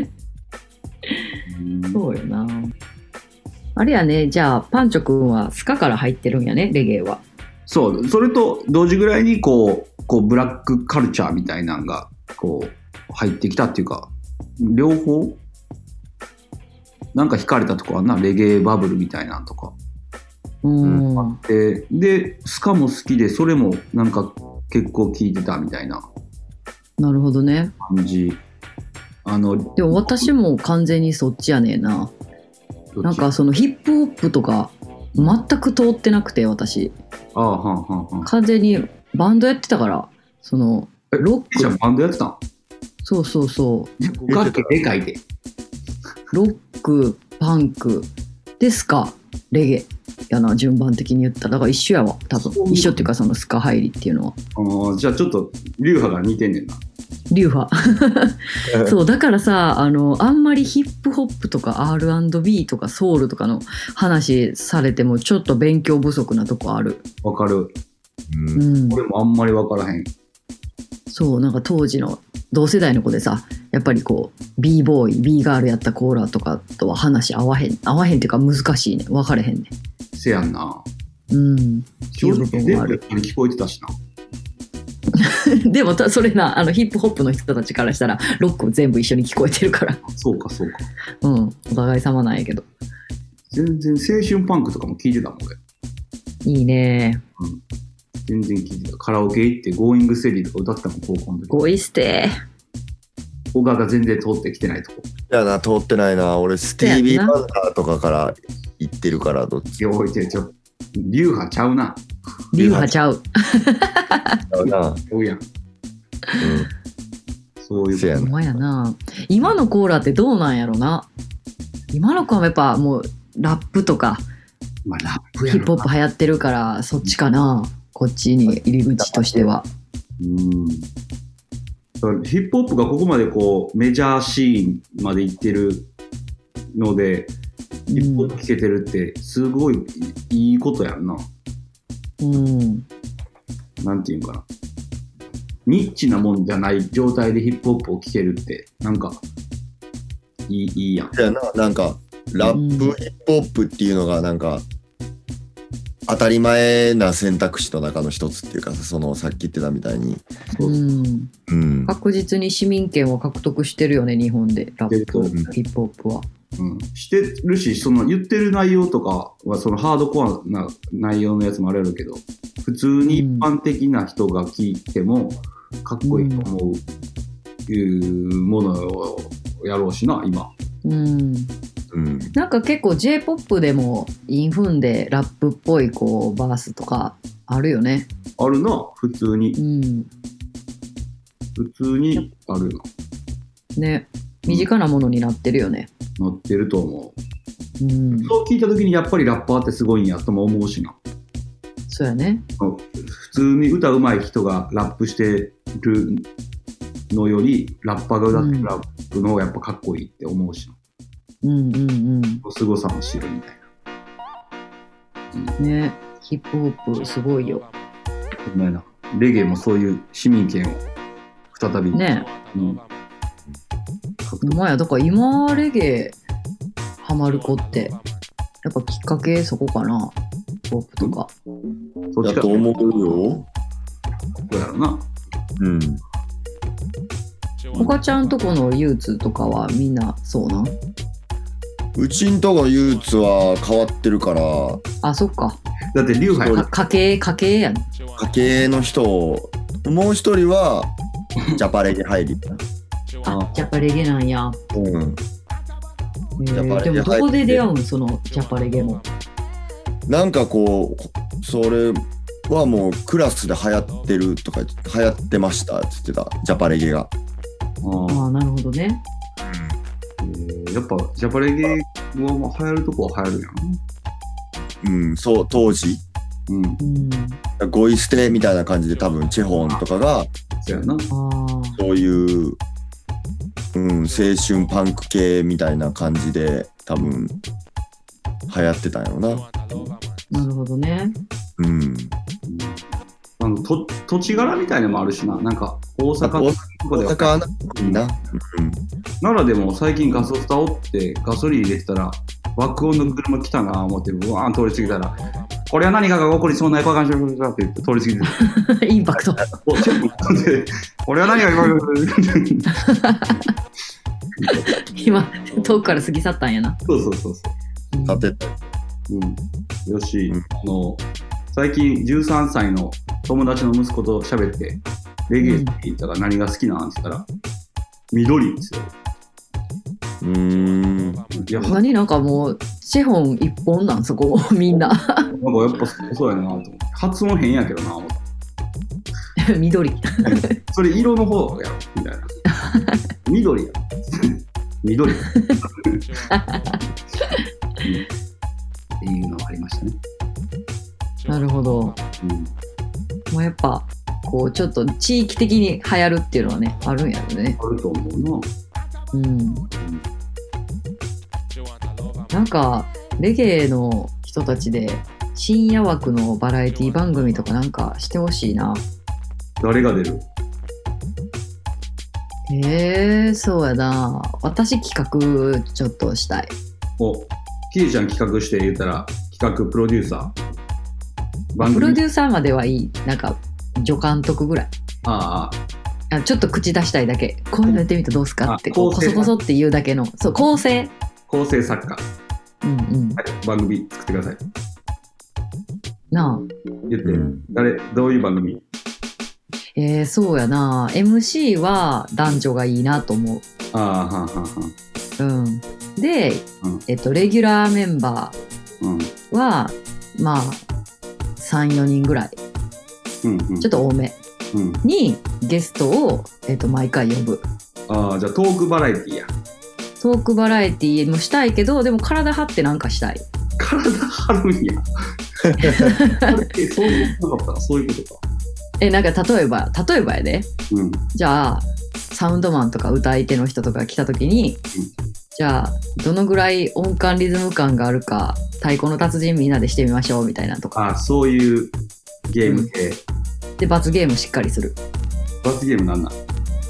そうよな。あれやね、じゃあパンチョ君はスカから入ってるんやね、レゲエは。 そう、それと同時ぐらいにこうブラックカルチャーみたいなのがこう入ってきたっていうか、両方なんか惹かれたとこあんな、レゲエバブルみたいなのとかあって、でスカも好きでそれもなんか結構聴いてたみたいな。 なるほどね。 感じ。 でも私も完全にそっちやねんな。なんかそのヒップホップとか全く通ってなくて、私。完全にバンドやってたから、そのロック。 じゃあバンドやってたん？ そう楽器でかいで。 ロック、パンクでスカ、レゲエやな、順番的に言ったら。だから一緒やわ、多分。一緒っていうかそのスカ入りっていうのは。 じゃあちょっと流派が似てんねんな。 流派そうだからさ、あんまりヒップホップとか R&B とかソウルとかの話されてもちょっと勉強不足なとこある。 わかる。俺もあんまりわからへん。 そうなんか当時の同世代の子でさ、やっぱりこう B ボーイ B ガールやったコーラとかとは話合わへんっていうか難しいね、分かれへんね。 せやんな。 正直全部聞こえてたしな。 でもそれな、ヒップホップの人たちからしたらロック全部一緒に聞こえてるから。 そうか。 お互い様なんやけど。 全然青春パンクとかも聞いてたもん俺。 いいね。 全然聞いてた。カラオケ行ってゴーイングステディとか歌ってたもん、高校の時。 ゴイステ小川が全然通ってきてないとこ。 いやな、通ってないな。俺スティービー・ワンダーとかから行ってるから、どっち。 置いて流派ちゃうな。 流派ちゃう。 そうやん。そういうこと。 ほんまやな。今のコーラってどうなんやろな。今の子はやっぱもうラップとか、 まあ、ラップやヒップホップ流行ってるからそっちかな。こっちに入り口としては。 ヒップホップがここまでこうメジャーシーンまで行ってるので、ヒップホップ聴けてるってすごいいいことやんな。なんていうんかな、ニッチなもんじゃない状態でヒップホップを聴けるってなんかいいやん。 いやなんかラップ、ヒップホップっていうのがなんか当たり前な選択肢の中の一つっていうか、そのさっき言ってたみたいに、 確実に市民権を獲得してるよね、日本でラップ、ヒップホップは。 してるし、その言ってる内容とかはそのハードコアな内容のやつもあるけど、普通に一般的な人が聞いてもかっこいいと思ういうものをやろうしな今。 なんか結構 J-POP でもインフンでラップっぽいこうバースとかあるよね。 あるな普通に。普通にあるよね。身近なものになってるよね。 なってると思う。そう聞いた時にやっぱりラッパーってすごいんやとも思うしな。 そうやね。 普通に歌うまい人がラップしてるのよりラッパーが歌ってるラップの方がやっぱかっこいいって思うしな。すごさも知るみたいな。 ね、ヒップホップすごいよ。 お前な、レゲエもそういう市民権を再びね。お前やだから今レゲエハマる子ってやっぱきっかけそこかな。ヒップホップとか。 そっちかと思うよ。 そうやろな。 おかちゃんとこのユーツとかはみんなそうなん？ うちんとこのユーツは変わってるから。 あ、そっか。 だって流派家系やね。 家系の人、もう一人はジャパレゲ入り。 あ、ジャパレゲなんや。でもどこで出会うんそのジャパレゲも。 なんかこうそれはもうクラスで流行ってるとか流行ってましたって言ってたジャパレゲが。 ああ、なるほどね。 やっぱジャパレゲは流行るとこは流行るやん。 そう当時。ゴイステみたいな感じで多分チェホンとかがそういう青春パンク系みたいな感じで多分流行ってたんやろな。 なるほどね。 土地柄みたいなのもあるしな。なんか大阪とかでは奈良でも最近ガソスタおってガソリン入れてたら爆音の車来たな思ってブワーン通り過ぎたらこれは何かが起こりそうな予感しますって言って通り過ぎてインパクトこれは何かが起こり今遠くから過ぎ去ったんやな。 そうさてよし、最近13歳の友達の息子と喋ってレゲエって言ったら何が好きなんって言ったら緑ですよ。 なんかもう資本一本なんそこみんな。なんかやっぱそうやなと思って発音変やけどな思った緑それ色の方やろみたいな緑や緑っていうのがありましたね。 なるほど。もうやっぱこうちょっと地域的に流行るっていうのはねあるんやろね。 あると思うな。 なんかレゲエの人たちで深夜枠のバラエティ番組とかなんかしてほしいな。 誰が出る？ そうやな。私企画ちょっとしたい。 キイちゃん企画して言ったら企画プロデューサープロデューサーまではいい。なんか助監督ぐらい。ちょっと口出したいだけ。こういうのやってみてどうすかってこそこそって言うだけの。そう、構成作家。番組作ってください。 なあ。 言って、どういう番組？ そうやな。MC は男女がいいなと思う。で、レギュラーメンバーは、まあ3、4人ぐらい、ちょっと多めにゲストを、毎回呼ぶ。 じゃあトークバラエティや。 トークバラエティもしたいけど、でも体張ってなんかしたい。 体張るんや。そういうことか。そういうことか。 なんか例えばやで、じゃあサウンドマンとか歌い手の人とか来た時に、じゃあどのぐらい音感リズム感があるか太鼓の達人みんなでしてみましょうみたいなとか。 そういうゲーム系、 で罰ゲームしっかりする。 罰ゲームなんなん？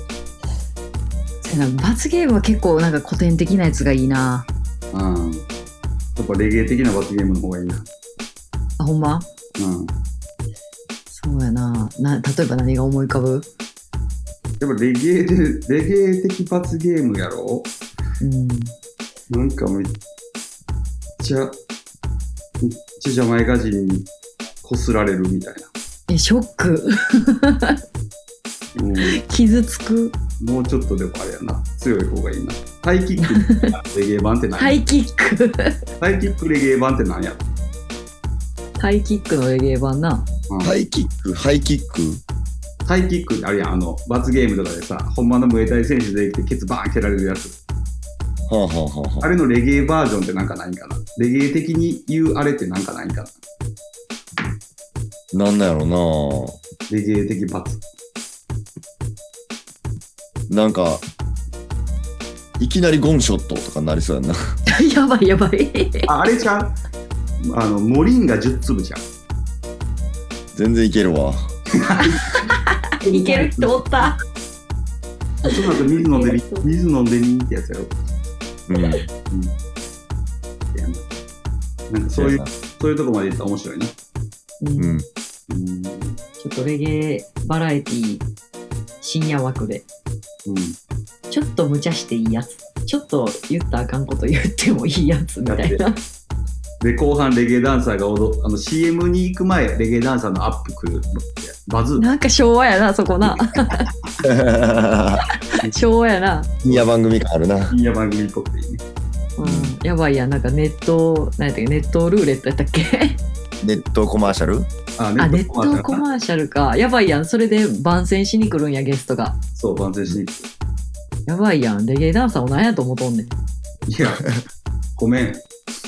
罰ゲームは結構なんか古典的なやつがいいな。 やっぱレゲエ的な罰ゲームの方がいいな。 ほんま？そうやな。例えば何が思い浮かぶ？ やっぱレゲエ的罰ゲームやろ。なんかめっちゃジャマイカ人にこすられるみたいな。 ショック。傷つく。 もうちょっとでもあれやな、強い方がいいな。タイキックレゲエ版って何？ タイキックタイキックレゲエ版って何や？ タイキックのレゲエ版な。 ハイキックタイキックってあるやん、罰ゲームとかでさ、ほんまのムエタイ選手できてケツバーン蹴られるやつ。あれのレゲエバージョンってなんかないんかな。レゲエ的に言うあれってなんかないんかな。 なんなんやろな。 レゲエ的罰。 なんかいきなりゴンショットとかなりそうやんな。 やばいやばい。 あれちゃう？モリンガ10粒じゃん。 全然いけるわ。 いける人おった。 その後水飲んでみってやつやろ。なんかそういうとこまでいったら面白いね。 ちょっとレゲエバラエティ深夜枠で、ちょっと無茶していいやつ、ちょっと言ったらあかんこと言ってもいいやつみたいな。 で後半レゲエダンサーがCM に行く前レゲエダンサーのアップ来るバズー。 なんか昭和やなそこな。昭和やな。 深夜番組感あるな。 深夜番組っぽくていいね。 やばいやん。なんかネットルーレットやったっけ？ ネットコマーシャル？ ネットコマーシャルか。やばいやん。それで番宣しに来るんや、ゲストが。 そう、番宣しに来る。 やばいやん。レゲエダンサーを何やと思っとんねん。 いや、ごめん。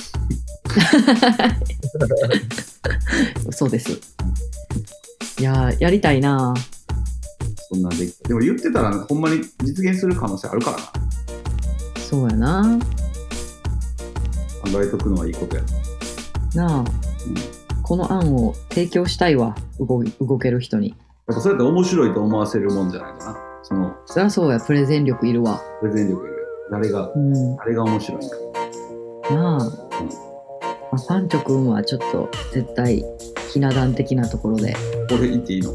そうです。いややりたいな。 そんなんでも言ってたらほんまに実現する可能性あるからな。 そうやな。 考えとくのはいいことやなあ、この案を提供したいわ。動ける人に。 やっぱそうやって面白いと思わせるもんじゃないかな。 そりゃそうや。プレゼン力いるわ。 プレゼン力いる。誰が面白いんかなあ。パンチョ君はちょっと絶対ひな壇的なところで。 俺言っていいの？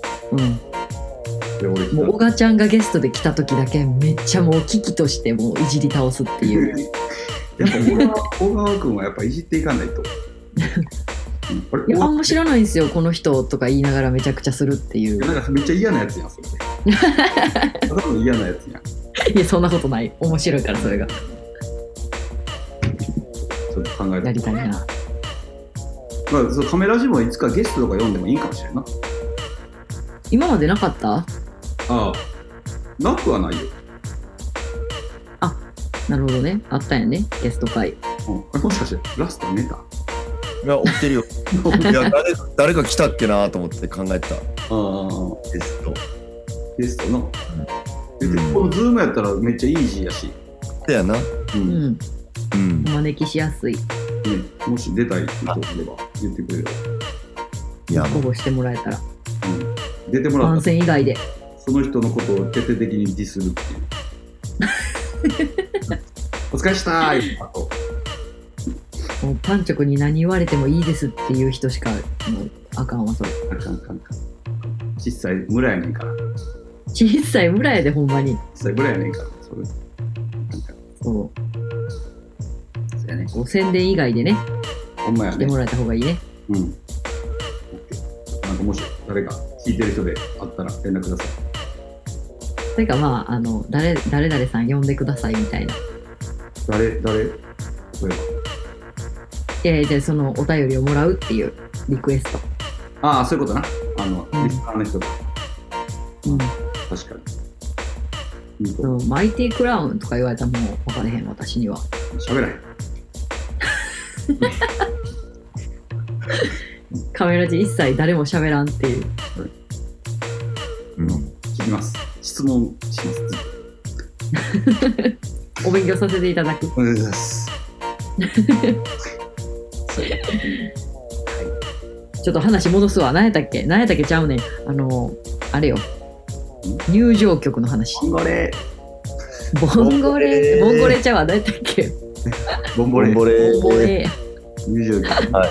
もう小賀ちゃんがゲストで来た時だけめっちゃもう危機としてもういじり倒すっていう。 やっぱ小川君はやっぱいじっていかないと。 いやあんま知らないんですよこの人とか言いながらめちゃくちゃするっていう。 なんかめっちゃ嫌なやつやんそれ。多分嫌なやつやん。 いやそんなことない。面白いからそれが。 ちょっと考えてやりたいな。 まあ、そのカメラジもいつかゲストとか読んでもいいかもしれんな。 今までなかった？ ああ、なくはないよ。 あ、なるほどね。あったんやね、ゲスト会。 もしかしてラスト寝た？ いや、追ってるよ。いや、誰か来たっけなと思って考えてた。 ゲストの。このズームやったらめっちゃイージーやし。 だよな。 お招きしやすい。 もし出たい人がいれば言ってくれれば。 いや、 応募してもらえたら。 出てもらったら。 番宣以外で。 その人のことを徹底的にディスるっていう。お疲れしたーい。 もうパンチョクに何言われてもいいですっていう人しかもうあかんわそれ。 あかん。小さい村やねんから。 小さい村やでほんまに。 小さい村やねんから。 そうやね。宣伝以外でね。 ほんまやね。 来てもらえた方がいいね。 なんかもし誰か聞いてる人であったら連絡ください。 それかまあ誰々さん呼んでくださいみたいな。 誰例えば。 じゃあそのお便りをもらうっていうリクエスト。 ああ、そういうことな。リスナーの人が。確かに。 マイティクラウンとか言われたらもう分からへん、私には。 喋らへん。 カメラで一切誰も喋らんっていう。 聞きます。質問します。 お勉強させていただく。 お願いします。 ちょっと話戻すわ。何やったっけちゃうねん。あれよ。入場曲の話。 ボンゴレちゃうわ。何やったっけボンボレ。入場曲。 はい。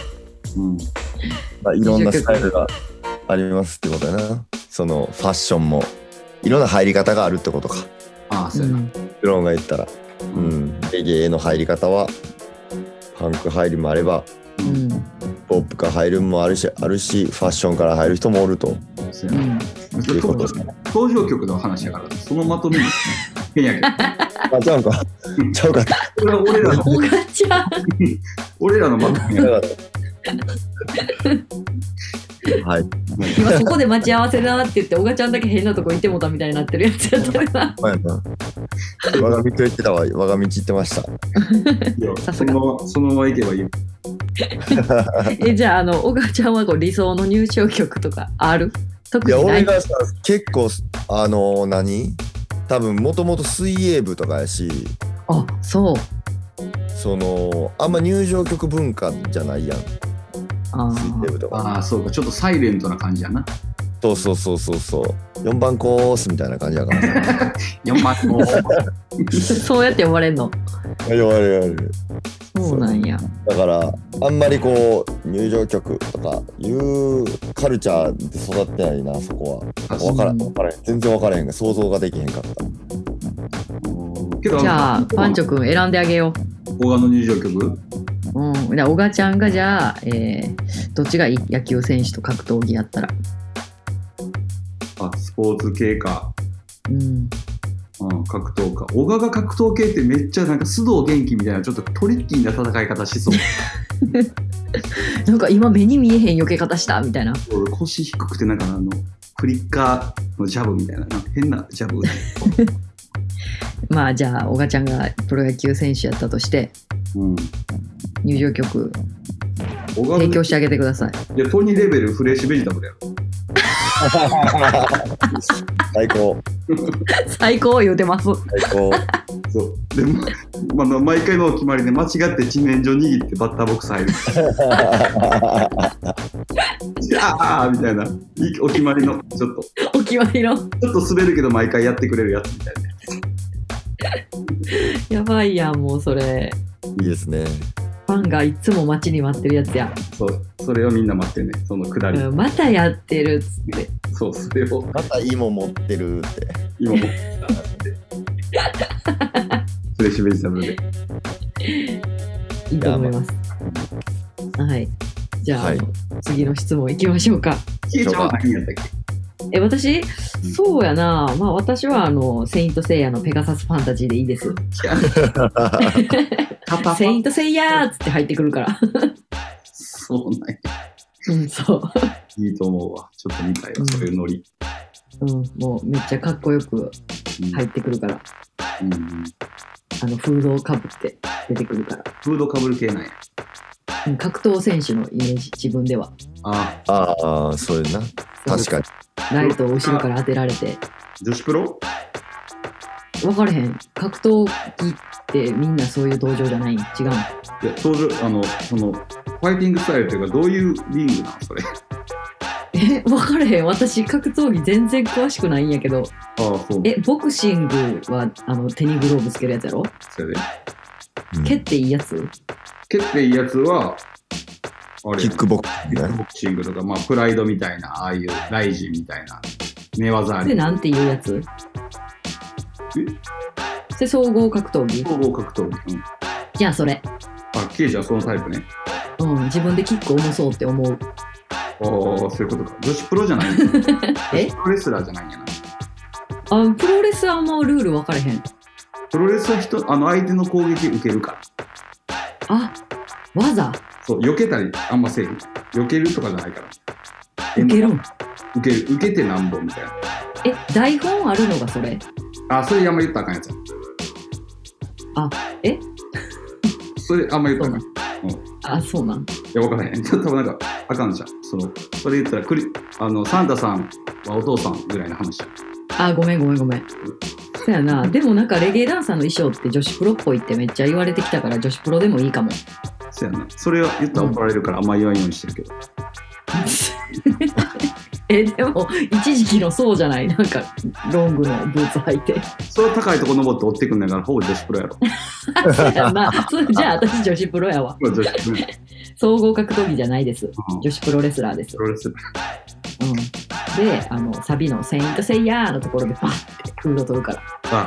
いろんなスタイルがありますってことやな。そのファッションもいろんな入り方があるってことか。 ああ、そうやな。 プロンが言ったら、レゲエの入り方はパンク入りもあれば、ポップから入るもあるし、ファッションから入る人もおると。 そうやな。登場曲の話やから、そのまとめに変やけど。 あ、ちゃうか。ちゃうか。 これは俺らの、 おがちゃん。 俺らのまとめや。 はい。 今そこで待ち合わせだなって言って、おがちゃんだけ変なとこいてもたみたいになってるやつやったな。 我が道言ってたわ。我が道言ってました。 さすが。 そのまま行けばいい。 じゃあ、おがちゃんはこう理想の入賞曲とかある？特いや、 にない。 俺がさ、結構、多分もともと水泳部とかやし、 あ、そう。 あんま入場曲文化じゃないやん。 あ水泳部とか。 ああ、そうか。ちょっとサイレントな感じやな。 そう。4番コースみたいな感じやからさ。 4番コース。 そうやって呼ばれんの？ 言われる。 そうなんや。 だからあんまりこう入場曲とかいうカルチャーで育ってないな、そこは。分からへん。全然分からへんが想像ができへんかった。 じゃあパンチョくん選んであげよう。小川の入場曲？ うん。じゃあ小川ちゃんがじゃあ、どっちがいい？野球選手と格闘技やったら。 スポーツ系か。 うん。 格闘家。小川が格闘系ってめっちゃなんか須藤元気みたいなちょっとトリッキーな戦い方しそう。 なんか今目に見えへん避け方したみたいな。 腰低くてなんかフリッカーのジャブみたいな、変なジャブ。 まあじゃあ小川ちゃんがプロ野球選手やったとして、入場曲提供してあげてください。 いや、トニーレベルフレッシュベジタブルやろ。 最高。 最高言うてます。 最高。 そうでも、毎回のお決まりで間違って地面上握ってバッターボックス入る。あーみたいなお決まりのちょっとお決まりのちょっと滑るけど毎回やってくれるやつみたいな。 やばいやん、もうそれ。 いいですね。 ファンがいつも待ちに待ってるやつや。 そう、それをみんな待ってるね、そのくだり。 またやってるっつって。 そう、それを。 また芋持ってるって。 芋持ってたって。フレッシュベジタブルで。 いいと思います。はい。じゃあ、次の質問いきましょうか。 キエちゃんは何やったっけ？ 私、そうやな。まあ私はセイントセイヤのペガサスファンタジーでいいです。セイントセイヤーっつって入ってくるから。 そうなんや。 うん、そう。 いいと思うわ。ちょっと見たいわ、そういうノリ。 もうめっちゃかっこよく入ってくるから。フードをかぶって出てくるから。 フードかぶる系なんや。 格闘選手のイメージ、自分では。 ああ、そうやな。確かに。 ライトを後ろから当てられて。 女子プロ？ 分かれへん。格闘技ってみんなそういう登場じゃない？違う？いや、 登場、そのファイティングスタイルというか、どういうリングなんそれ？ 分かれへん。私格闘技全然詳しくないんやけど。 そう。 ボクシングは手にグローブつけるやつやろ？ それで。 蹴っていいやつ？ 蹴っていいやつはキックボクシングとか、プライドみたいな、ああいうライジンみたいな寝技あり。 で、なんていうやつ？で、総合格闘技？ 総合格闘技。 じゃあそれ。 ケイジはそのタイプね。 自分でキック重そうって思う。 そういうことか。女子プロじゃないプロレスラーじゃないんやな。 プロレスはもうルール分かれへん。 プロレスは相手の攻撃受けるから。 技？ そう、避けたりあんませえへん。避けるとかじゃないから。 受けるん？ 受けてなんぼみたいな。 台本あるのがそれ？ それあんま言ったらあかんやつや。それあんま言ったらあかん。 そうなん？いや、分からへん。ちょっとなんかあかんじゃん。それ言ったらサンタさんはお父さんぐらいの話や。 ごめん。そうやな。でもなんかレゲエダンサーの衣装って女子プロっぽいってめっちゃ言われてきたから女子プロでもいいかも。 そうやな。それは言ったら怒られるからあんま言わんようにしてるけど。 でも一時期のそうじゃない？なんかロングのブーツ履いて。 それ高いとこ登って追ってくんだからほぼ女子プロやろ。 そうやな。じゃあ私女子プロやわ。 女子プロ。 総合格闘技じゃないです。女子プロレスラーです。 プロレスラー。で、サビのセイントセイヤーのところでバッてフード取るから。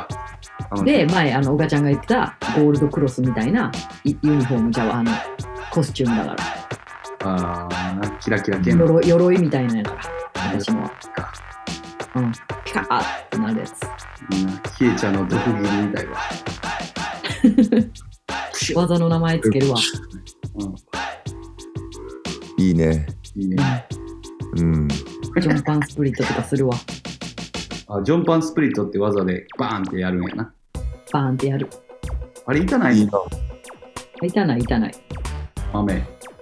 で、前小賀ちゃんが言ってたゴールドクロスみたいなユニフォームじゃコスチュームだから。 キラキラ系の鎧みたいなやから。 私も。ピカーってなるやつ。 キエちゃんの毒斬りみたいわ。 技の名前つけるわ。 いいね。 いいね。 ジョンパンスプリットとかするわ。 ジョンパンスプリットって技でバーンってやるんやな。 バーンってやる。 あれ痛ないの？ 痛ない。 豆。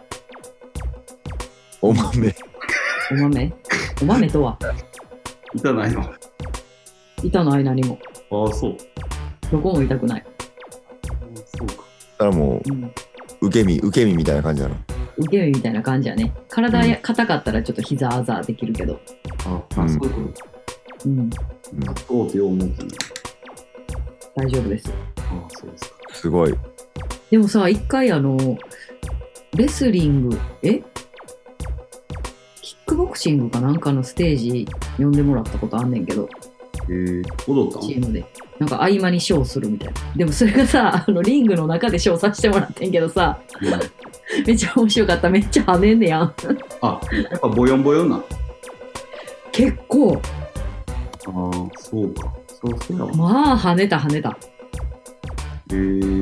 お豆とは痛ないの？ 痛ない、何も。 ああ、そう。 どこも痛くない。 そうか。 だからもう、受け身みたいな感じだな。 受け身みたいな感じやね。体硬かったらちょっと膝あざできるけど。 そういうこと。そうってよう思ってる。 大丈夫です。 そうですか。 すごい。 でもさ、一回レスリング、キックボクシングかなんかのステージ呼んでもらったことあんねんけど。 踊ったの？ チームで。なんか合間にショーするみたいな。でもそれがさ、リングの中でショーさせてもらってんけどさ、めっちゃ面白かった。めっちゃ跳ねんねやん。 やっぱボヨンボヨンな。 結構。 そうか。そうだわ。 まあ跳ねた。め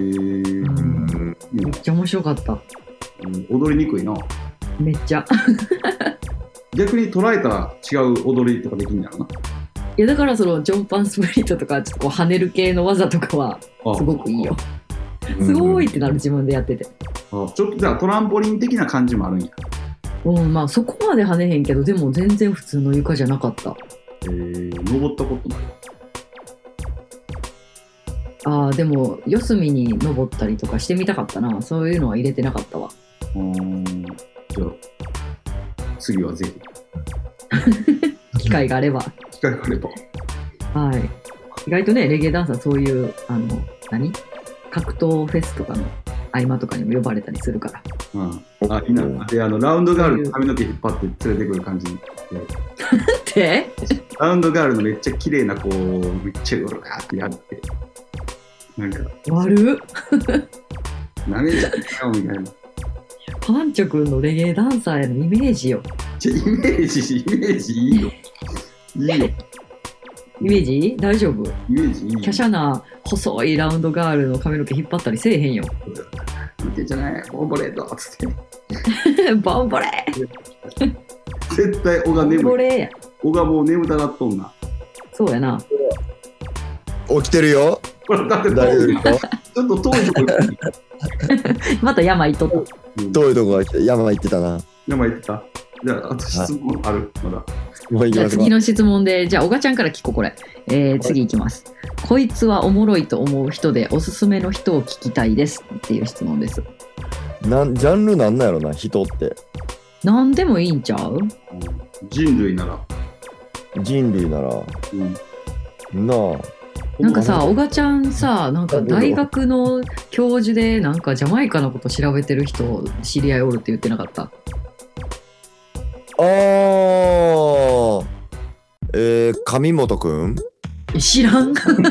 っちゃ面白かった。 踊りにくいな。 めっちゃ。 逆に捉えたら違う踊りとかできるんだろうな。 いやだからジョンパンスプリットとかちょっとこう跳ねる系の技とかはすごくいいよ。すごいってなる、自分でやってて。ちょっとじゃあトランポリン的な感じもあるんや。 まあそこまで跳ねへんけど、でも全然普通の床じゃなかった。 登ったことない。 でも四隅に登ったりとかしてみたかったな。そういうのは入れてなかったわ。 じゃあ次はぜひ機会があれば。はい。意外とね、レゲエダンサーそういう格闘フェスとかの合間とかにも呼ばれたりするから。 いいな。でラウンドガールの髪の毛引っ張って連れてくる感じで。 ラウンドガールのめっちゃ綺麗な子をめっちゃガーってやって。なんか悪っ。 なめちゃったよみたいな。 パンチョ君のレゲエダンサーへのイメージよ。 イメージいいよ。 イメージ大丈夫？ イメージいい。 華奢な細いラウンドガールの髪の毛引っ張ったりせえへんよ。 見てじゃない、ボンボレードっつって。 ボンボレー。 絶対小が眠い。 ボンボレーや。 小がもう眠たがっとんな。 そうやな。 起きてるよ。 だって大丈夫よ。 ちょっと遠いとこ行って。 また山行っとった。 遠いとこが来て山行ってたな。 山行ってた。じゃあ、あと質問ある？まだ。 じゃあ次の質問で、じゃあ小賀ちゃんから聞こう、これ。次いきます。こいつはおもろいと思う人でおすすめの人を聞きたいですっていう質問です。 ジャンルなんなんやろな、人って。 なんでもいいんちゃう？ 人類なら。 なあ。 なんかさ、小賀ちゃんさ、なんか大学の教授でなんかジャマイカのこと調べてる人知り合いおるって言ってなかった？ 上本くん？ 知らん。上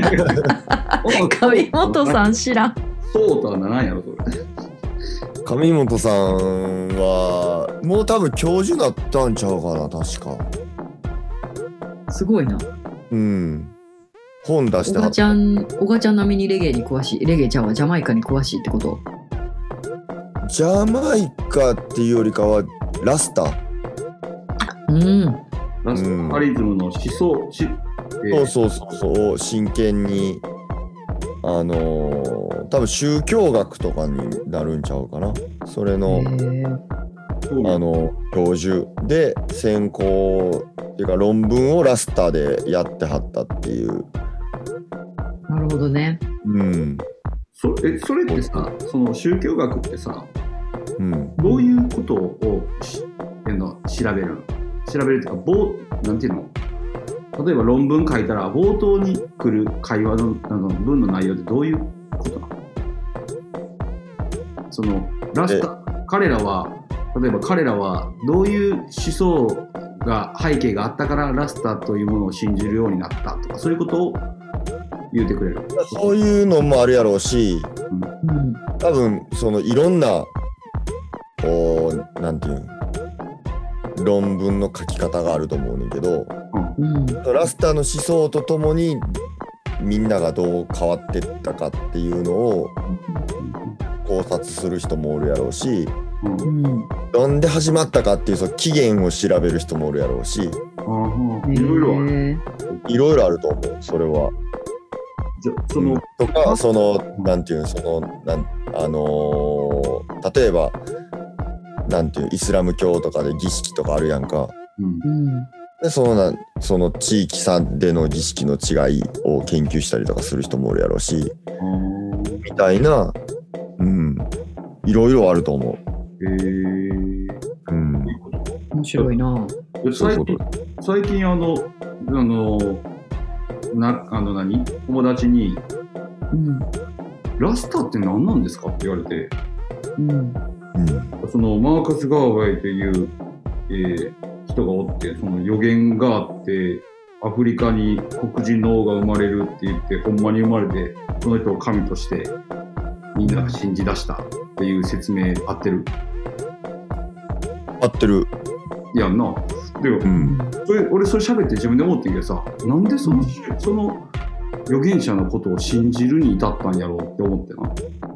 本さん知らん。 そうとはならんやろそれ。 上本さんはもう多分教授なったんちゃうかな、確か。 すごいな。 本出して小賀ちゃん並みにレゲエに詳しい。レゲエちゃんはジャマイカに詳しいってこと？ ジャマイカっていうよりかはラスタ。 ラスタリズムの思想、 そう真剣に多分宗教学とかになるんちゃうかな。それの教授で専攻っていうか論文をラスタでやってはったっていう。 なるほどね。 それってさ、その宗教学ってさ、どういうことを調べるっていうか、なんていうの？例えば論文書いたら冒頭に来る会話の文の内容ってどういうことなの？そのラスタ、彼らはどういう思想が背景があったからラスタというものを信じるようになったとか、そういうことを言うてくれる？ そういうのもあるやろうし、多分そのいろんななんていう論文の書き方があると思うねんけど、 うん、 ラスターの思想とともにみんながどう変わってったかっていうのを考察する人もおるやろうし、 うん、 なんで始まったかっていうその起源を調べる人もおるやろうし、 いろいろある。 いろいろあると思う。それは。 そのとかそのなんていうの、その例えばなんていうイスラム教とかで儀式とかあるやんか。でその地域差での儀式の違いを研究したりとかする人もおるやろうし、みたいな、いろいろあると思う。 面白いな。 最近友達に、ラスターって何なんですかって言われて、そのマーカス・ガーウェイという、人がおって、その予言があってアフリカに黒人の王が生まれるって言って、ほんまに生まれてその人を神としてみんなが信じ出したっていう説明合ってる？ 合ってるやんな。でも、俺それ喋って自分で思ってんけどさ、なんでその預言者のことを信じるに至ったんやろうって思ってな。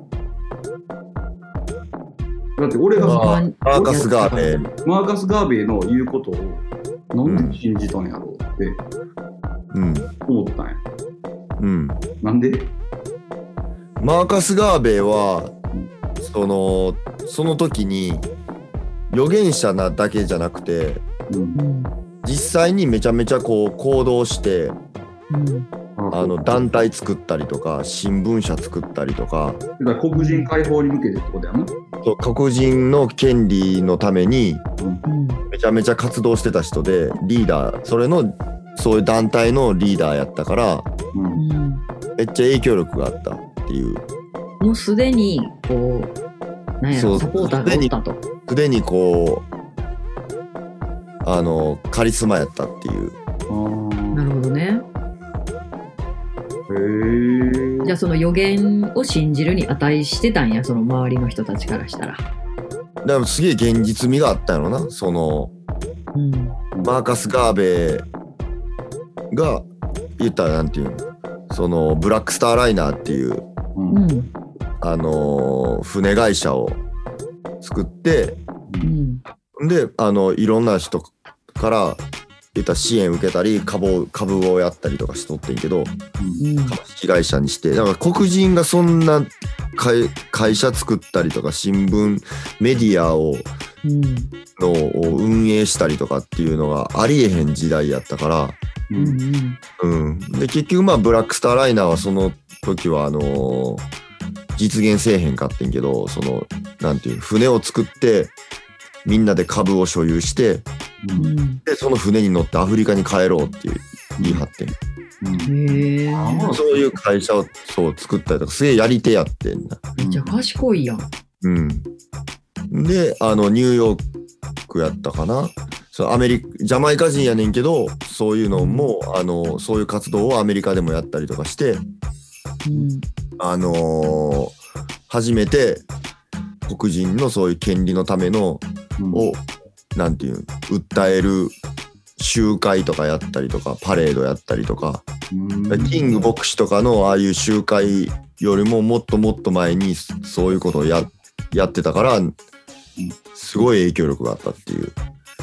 だって俺がマーカス・ガーベイの言うことをなんで信じたんやろうって思ったんや。なんで？ マーカス・ガーベイはその時に預言者なだけじゃなくて、実際にめちゃめちゃこう行動して、団体作ったりとか新聞社作ったりとか、 だから黒人解放に向けてってことやな。 そう、黒人の権利のためにめちゃめちゃ活動してた人で、リーダー、そういう団体のリーダーやったから、めっちゃ影響力があったっていう。 もうすでにこうなんやろ、サポーターがおったと。 すでにこうカリスマやったっていう。 なるほどね。じゃあその予言を信じるに値してたんや、その周りの人たちからしたら。 でもすげえ現実味があったんやろな。その、マーカス・ガーベイが言ったらなんていうの、そのブラックスターライナーっていう、船会社を作って、でいろんな人から言った支援受けたり株をやったりとかしとってんけど、株式会社にして、だから黒人がそんな会社作ったりとか新聞メディアを運営したりとかっていうのがありえへん時代やったから、で結局ブラックスターライナーはその時は実現せえへんかってんけど、そのなんていう船を作ってみんなで株を所有して、でその船に乗ってアフリカに帰ろうって言い張ってん。そういう会社を作ったりとか、すげえやり手やってんな。 めっちゃ賢いやん。 でニューヨークやったかな、ジャマイカ人やねんけど、そういうのもそういう活動をアメリカでもやったりとかして、初めて黒人のそういう権利のためのをなんていう訴える集会とかやったりとか、パレードやったりとか、キング牧師とかのああいう集会よりももっともっと前にそういうことをやってたから、すごい影響力があったっていう。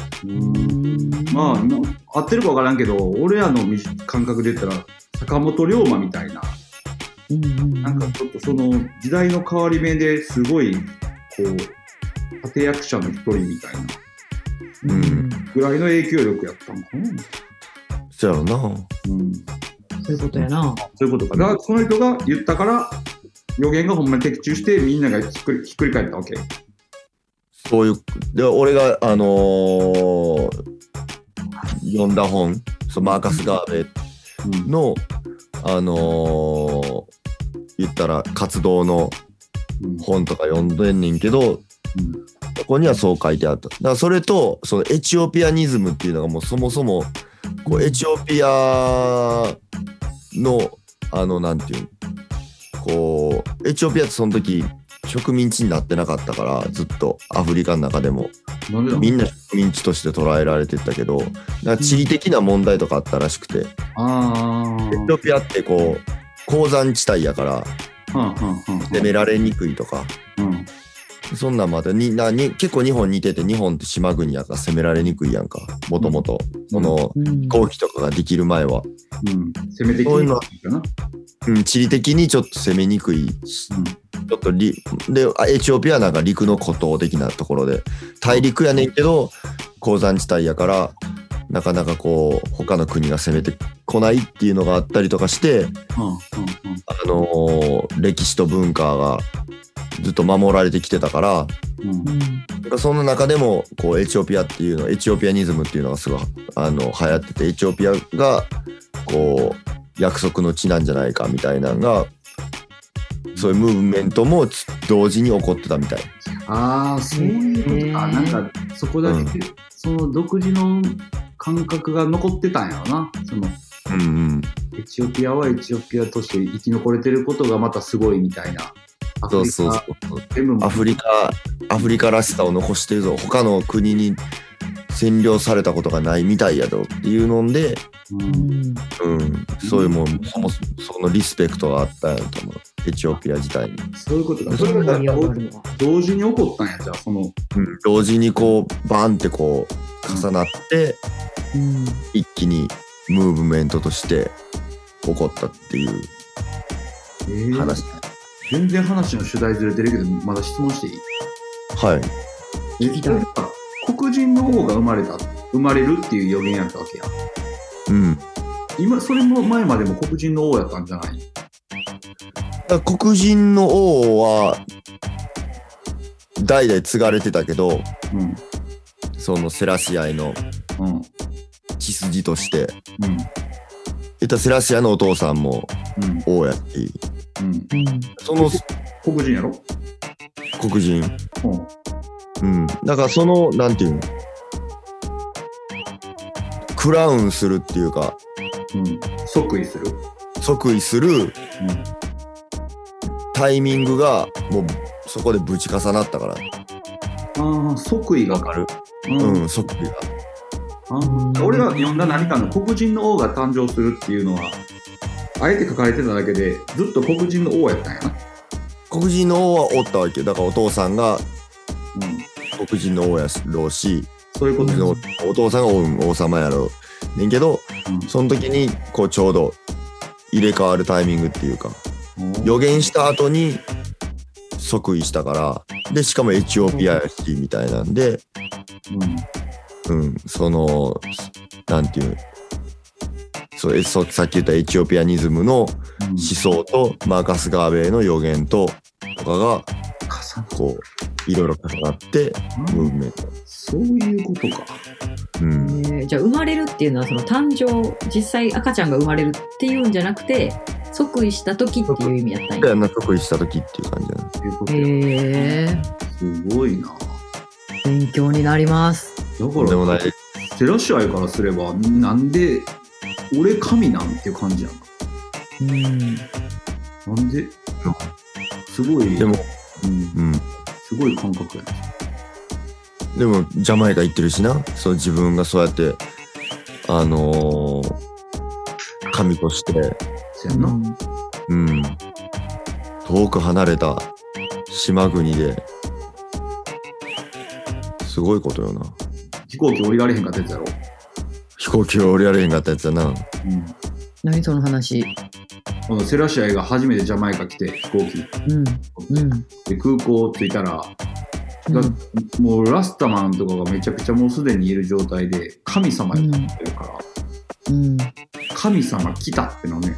合ってるか分からんけど、俺らの感覚で言ったら坂本龍馬みたいな、なんかちょっとその時代の変わり目ですごいこう立役者の一人みたいな、ぐらいの影響力やったのかな。 そうやろな。 そういうことやな。 そういうことか。だからその人が言ったから予言がほんまに的中してみんながひっくり返ったわけ。 そういうで、俺が読んだ本、マーカス・ガーベイの、言ったら活動の本とか読んでんねんけど、そこにはそう書いてあった。だからそれとそのエチオピアニズムっていうのがもうそもそもこうエチオピアのなんていうこうエチオピアってその時植民地になってなかったから、ずっとアフリカの中でもなんでだみんな植民地として捉えられてたけど、なんか地理的な問題とかあったらしくて、エチオピアってこう鉱山地帯やから攻められにくいとか、そんなんまでに結構日本似てて、日本って島国やから攻められにくいやんか、もともとこの飛行機とかができる前は、 攻めてきてるかな。 地理的にちょっと攻めにくいし、ちょっとでエチオピアはなんか陸の孤島的なところで、大陸やねんけど鉱山地帯やからなかなかこう他の国が攻めてこないっていうのがあったりとかして、歴史と文化がずっと守られてきてたから、その中でもこうエチオピアっていうの、エチオピアニズムっていうのがすごい流行ってて、エチオピアがこう約束の地なんじゃないかみたいなのが、そういうムーブメントも同時に起こってたみたい。 そういうことか。なんかそこだけ、その独自の感覚が残ってたんやろな。そのエチオピアはエチオピアとして生き残れてることがまたすごいみたいな。 そうアフリカらしさを残してるぞ、他の国に占領されたことがないみたいやぞっていうので、そういうもん、そのリスペクトがあったんやと思う、エチオピア自体に。 そういうことか。それが同時に起こったんや。じゃあ同時にこうバーンってこう重なって、一気にムーブメントとして起こったっていう話。 全然話の主題ずれてるけど、まだ質問していい？ はい。 黒人の王が生まれるっていう予言やったわけや。今それも前までも黒人の王やったんじゃない？ 黒人の王は代々継がれてたけど、そのセラシアイの血筋として、セラシアのお父さんも王やっていい。その黒人やろ？ 黒人。だからそのなんていうの、クラウンするっていうか、 即位する、タイミングがもうそこでぶち重なったから。即位がわかる？即位が。 俺が読んだ何かの黒人の王が誕生するっていうのはあえて書かれてただけで、ずっと黒人の王やったんやな。 黒人の王はおったわけだから、お父さんが黒人の王やろうし、 そういうことのお父さんが王様やろうねんけど、その時にこうちょうど入れ替わるタイミングっていうか、予言した後に即位したから、でしかもエチオピアやしみたいなんで、そのなんていう、さっき言ったエチオピアニズムの思想とマーカス・ガーベイの予言とかがこういろいろ重なってムーブメント。 そういうことか。 じゃあ生まれるっていうのはその誕生、実際赤ちゃんが生まれるっていうんじゃなくて、即位した時っていう意味やったんや。 即位した時っていう感じやな。 すごいな。 勉強になります。 だからでもない、 セラシアイからすればなんで俺神なんていう感じやな。なんですごい、 でも、 すごい感覚やな。 でもジャマイカ行ってるしな、そう自分がそうやって神として、 そうやな。 遠く離れた島国ですごいことよな。 飛行機降りられへんかったやつやろ。 飛行機降りられへんかったやつやな。 何その話？ セラシアイが初めてジャマイカ来て飛行機、で空港着いたら、もうラスタマンとかがめちゃくちゃもうすでにいる状態で神様やってるから、神様来たってのね、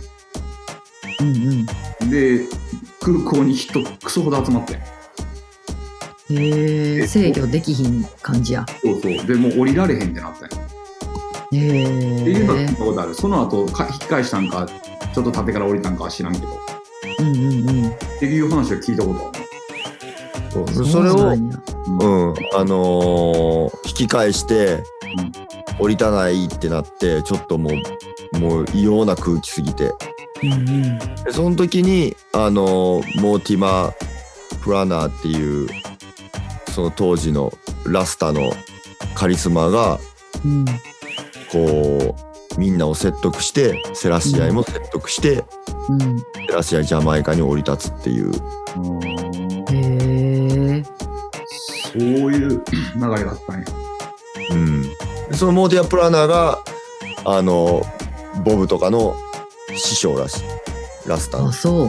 で空港に人クソほど集まって、 制御できひん感じや。 そうでもう降りられへんってなったんや。っていうのは聞いたことある。その後引き返したんかちょっと立てから降りたんかは知らんけど、っていう話は聞いたことある。 それを引き返して降りたないってなって、ちょっともう異様な空気すぎて、でその時にモーティマプラナーっていうその当時のラスタのカリスマがこうみんなを説得してセラシアイも説得して、セラシアイジャマイカに降り立つっていう。 へえ。 そういう流れがあったんや。 そのモーディア・プラナーがボブとかの師匠らしい、ラスタの。 あ、そう。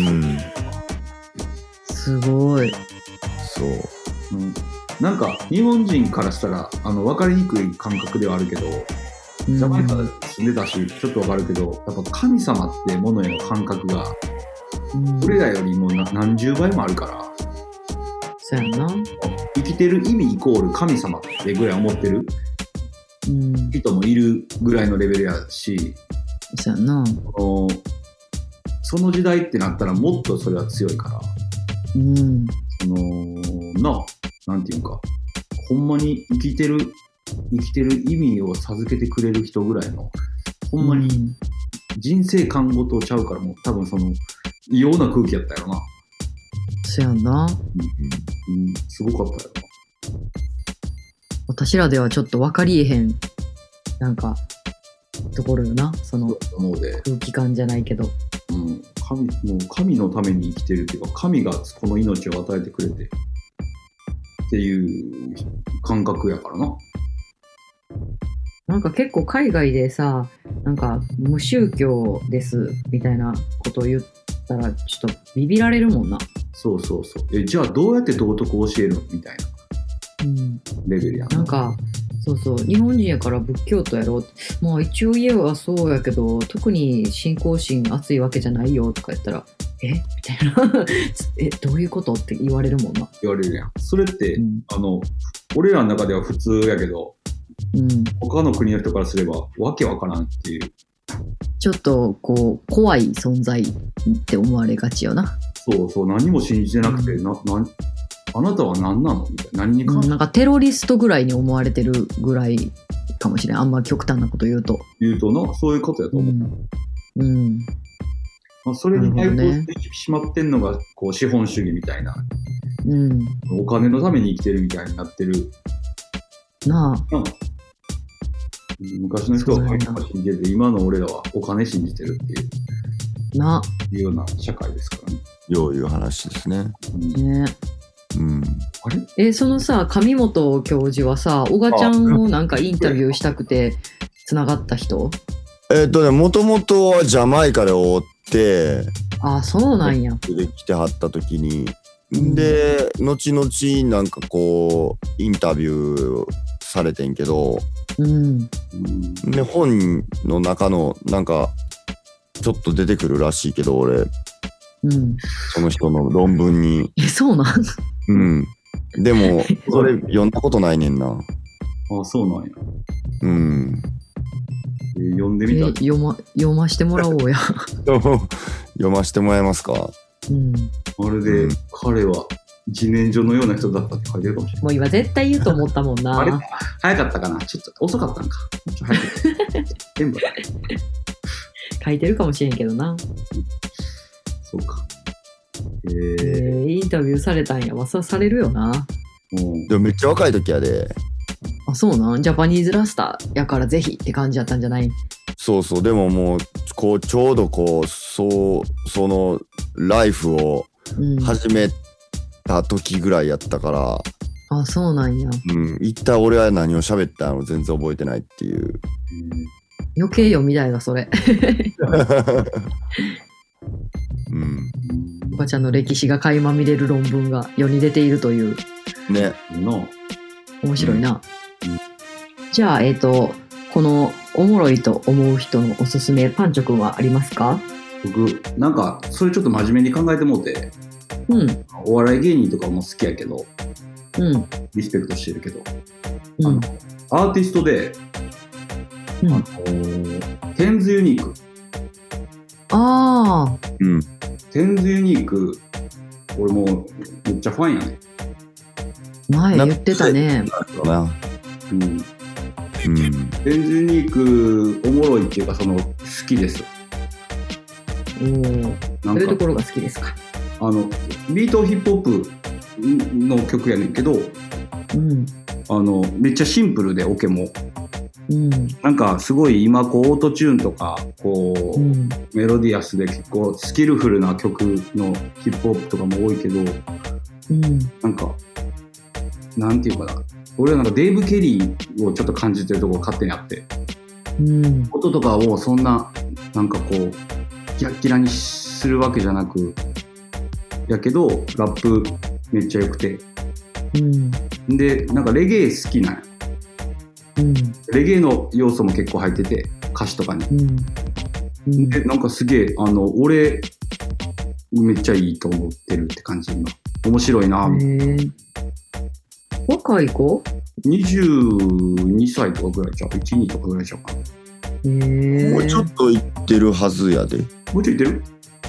すごい。 そう。 なんか日本人からしたら分かりにくい感覚ではあるけど、ジャマイカで住んでたしちょっと分かるけど、やっぱ神様ってものへの感覚が俺らよりも何十倍もあるから。 そうやな。 生きてる意味イコール神様ってぐらい思ってる人もいるぐらいのレベルやし、 そうやな。 その時代ってなったらもっとそれは強いから、なんていうか、ほんまに生きてる意味を授けてくれる人ぐらいの、ほんまに人生観ごとちゃうから、もう多分その異様な空気やったよな。 そうやな。 すごかったよな。 私らではちょっと分かりえへんなんかところよな、その空気感じゃないけど、 もう神のために生きてるっていうか、神がこの命を与えてくれてっていう感覚やからな。 なんか結構海外でさ、なんか無宗教ですみたいなことを言ったらちょっとビビられるもんな。 そうそうそう。じゃあどうやって道徳を教えるのみたいなレベルやな。 なんかそうそう、日本人やから仏教徒やろって、まあ一応家はそうやけど特に信仰心熱いわけじゃないよとか言ったらみたいなどういうことって言われるもんな。 言われるやん。それって、俺らの中では普通やけど、他の国の人からすればわけわからんっていう、 ちょっとこう怖い存在って思われがちよな。 そうそう、何も信じてなくて、あなたは何なのみたいな、何に関して、 なんかテロリストぐらいに思われてるぐらいかもしれん。あんま極端なこと言うとな、そういうことやと思う。それに対抗してしまってんのがこう資本主義みたいな、お金のために生きてるみたいになってるなあ。 昔の人は神様信じてて、今の俺らはお金信じてるっていうような社会ですからね。 よういう話ですね。 あれ？ そのさ、上本教授はさ、小賀ちゃんをなんかインタビューしたくてつながった人？ もともとはジャマイカでおって、 そうなんや。 で来てはった時に、で後々なんかこうインタビューされてんけど、で本の中のなんかちょっと出てくるらしいけど、俺、その人の論文に。 そうなん？ でもそれ読んだことないねんな。 そうなんや。読んでみた。 読ましてもらおうや。 読ましてもらえますか？ まるで彼は自然薯のような人だったって書いてるかもしれない。 もう今絶対言うと思ったもんな。 あれ早かったかな、ちょっと遅かったんか。全部書いてるかもしれんけどな。 そうか。 インタビューされたんや。されるよな。 でもめっちゃ若い時やで。 そうなん？ジャパニーズラスターやからぜひって感じだったんじゃない？ そうそう。でももうこうちょうどこうそのライフを始めた時ぐらいやったから。 そうなんや。 一体俺は何を喋ったの全然覚えてないっていう。 余計読みたいわそれ。おばちゃんの歴史が垣間見れる論文が世に出ているというね。 面白いな。じゃあこのおもろいと思う人のおすすめ、パンチョくんはありますか？ 僕なんかそれちょっと真面目に考えてもうて、お笑い芸人とかも好きやけど、リスペクトしてるけど、アーティストで、テンズユニーク。テンズユニーク、俺もうめっちゃファンやね。 前言ってたね。 テンズユニークおもろいっていうか、好きです。 どういうところが好きですか？ ビートヒップホップの曲やねんけど、めっちゃシンプルでオケも、なんかすごい今こうオートチューンとかこう、メロディアスで結構スキルフルな曲のヒップホップとかも多いけど、なんかなんていうかな、俺はなんかデーブ・ケリーをちょっと感じてるところが勝手にあって、音とかをそんななんかこうキラッキラにするわけじゃなくやけどラップめっちゃ良くて、でなんかレゲエ好きなんや、レゲエの要素も結構入ってて歌詞とかに、でなんかすげえ俺めっちゃいいと思ってるって感じ。今面白いなみたいな。 若い子 22歳とかぐらいちゃう、1、2とかぐらいちゃうかな。 もうちょっといってるはずやで。 もうちょいいってる？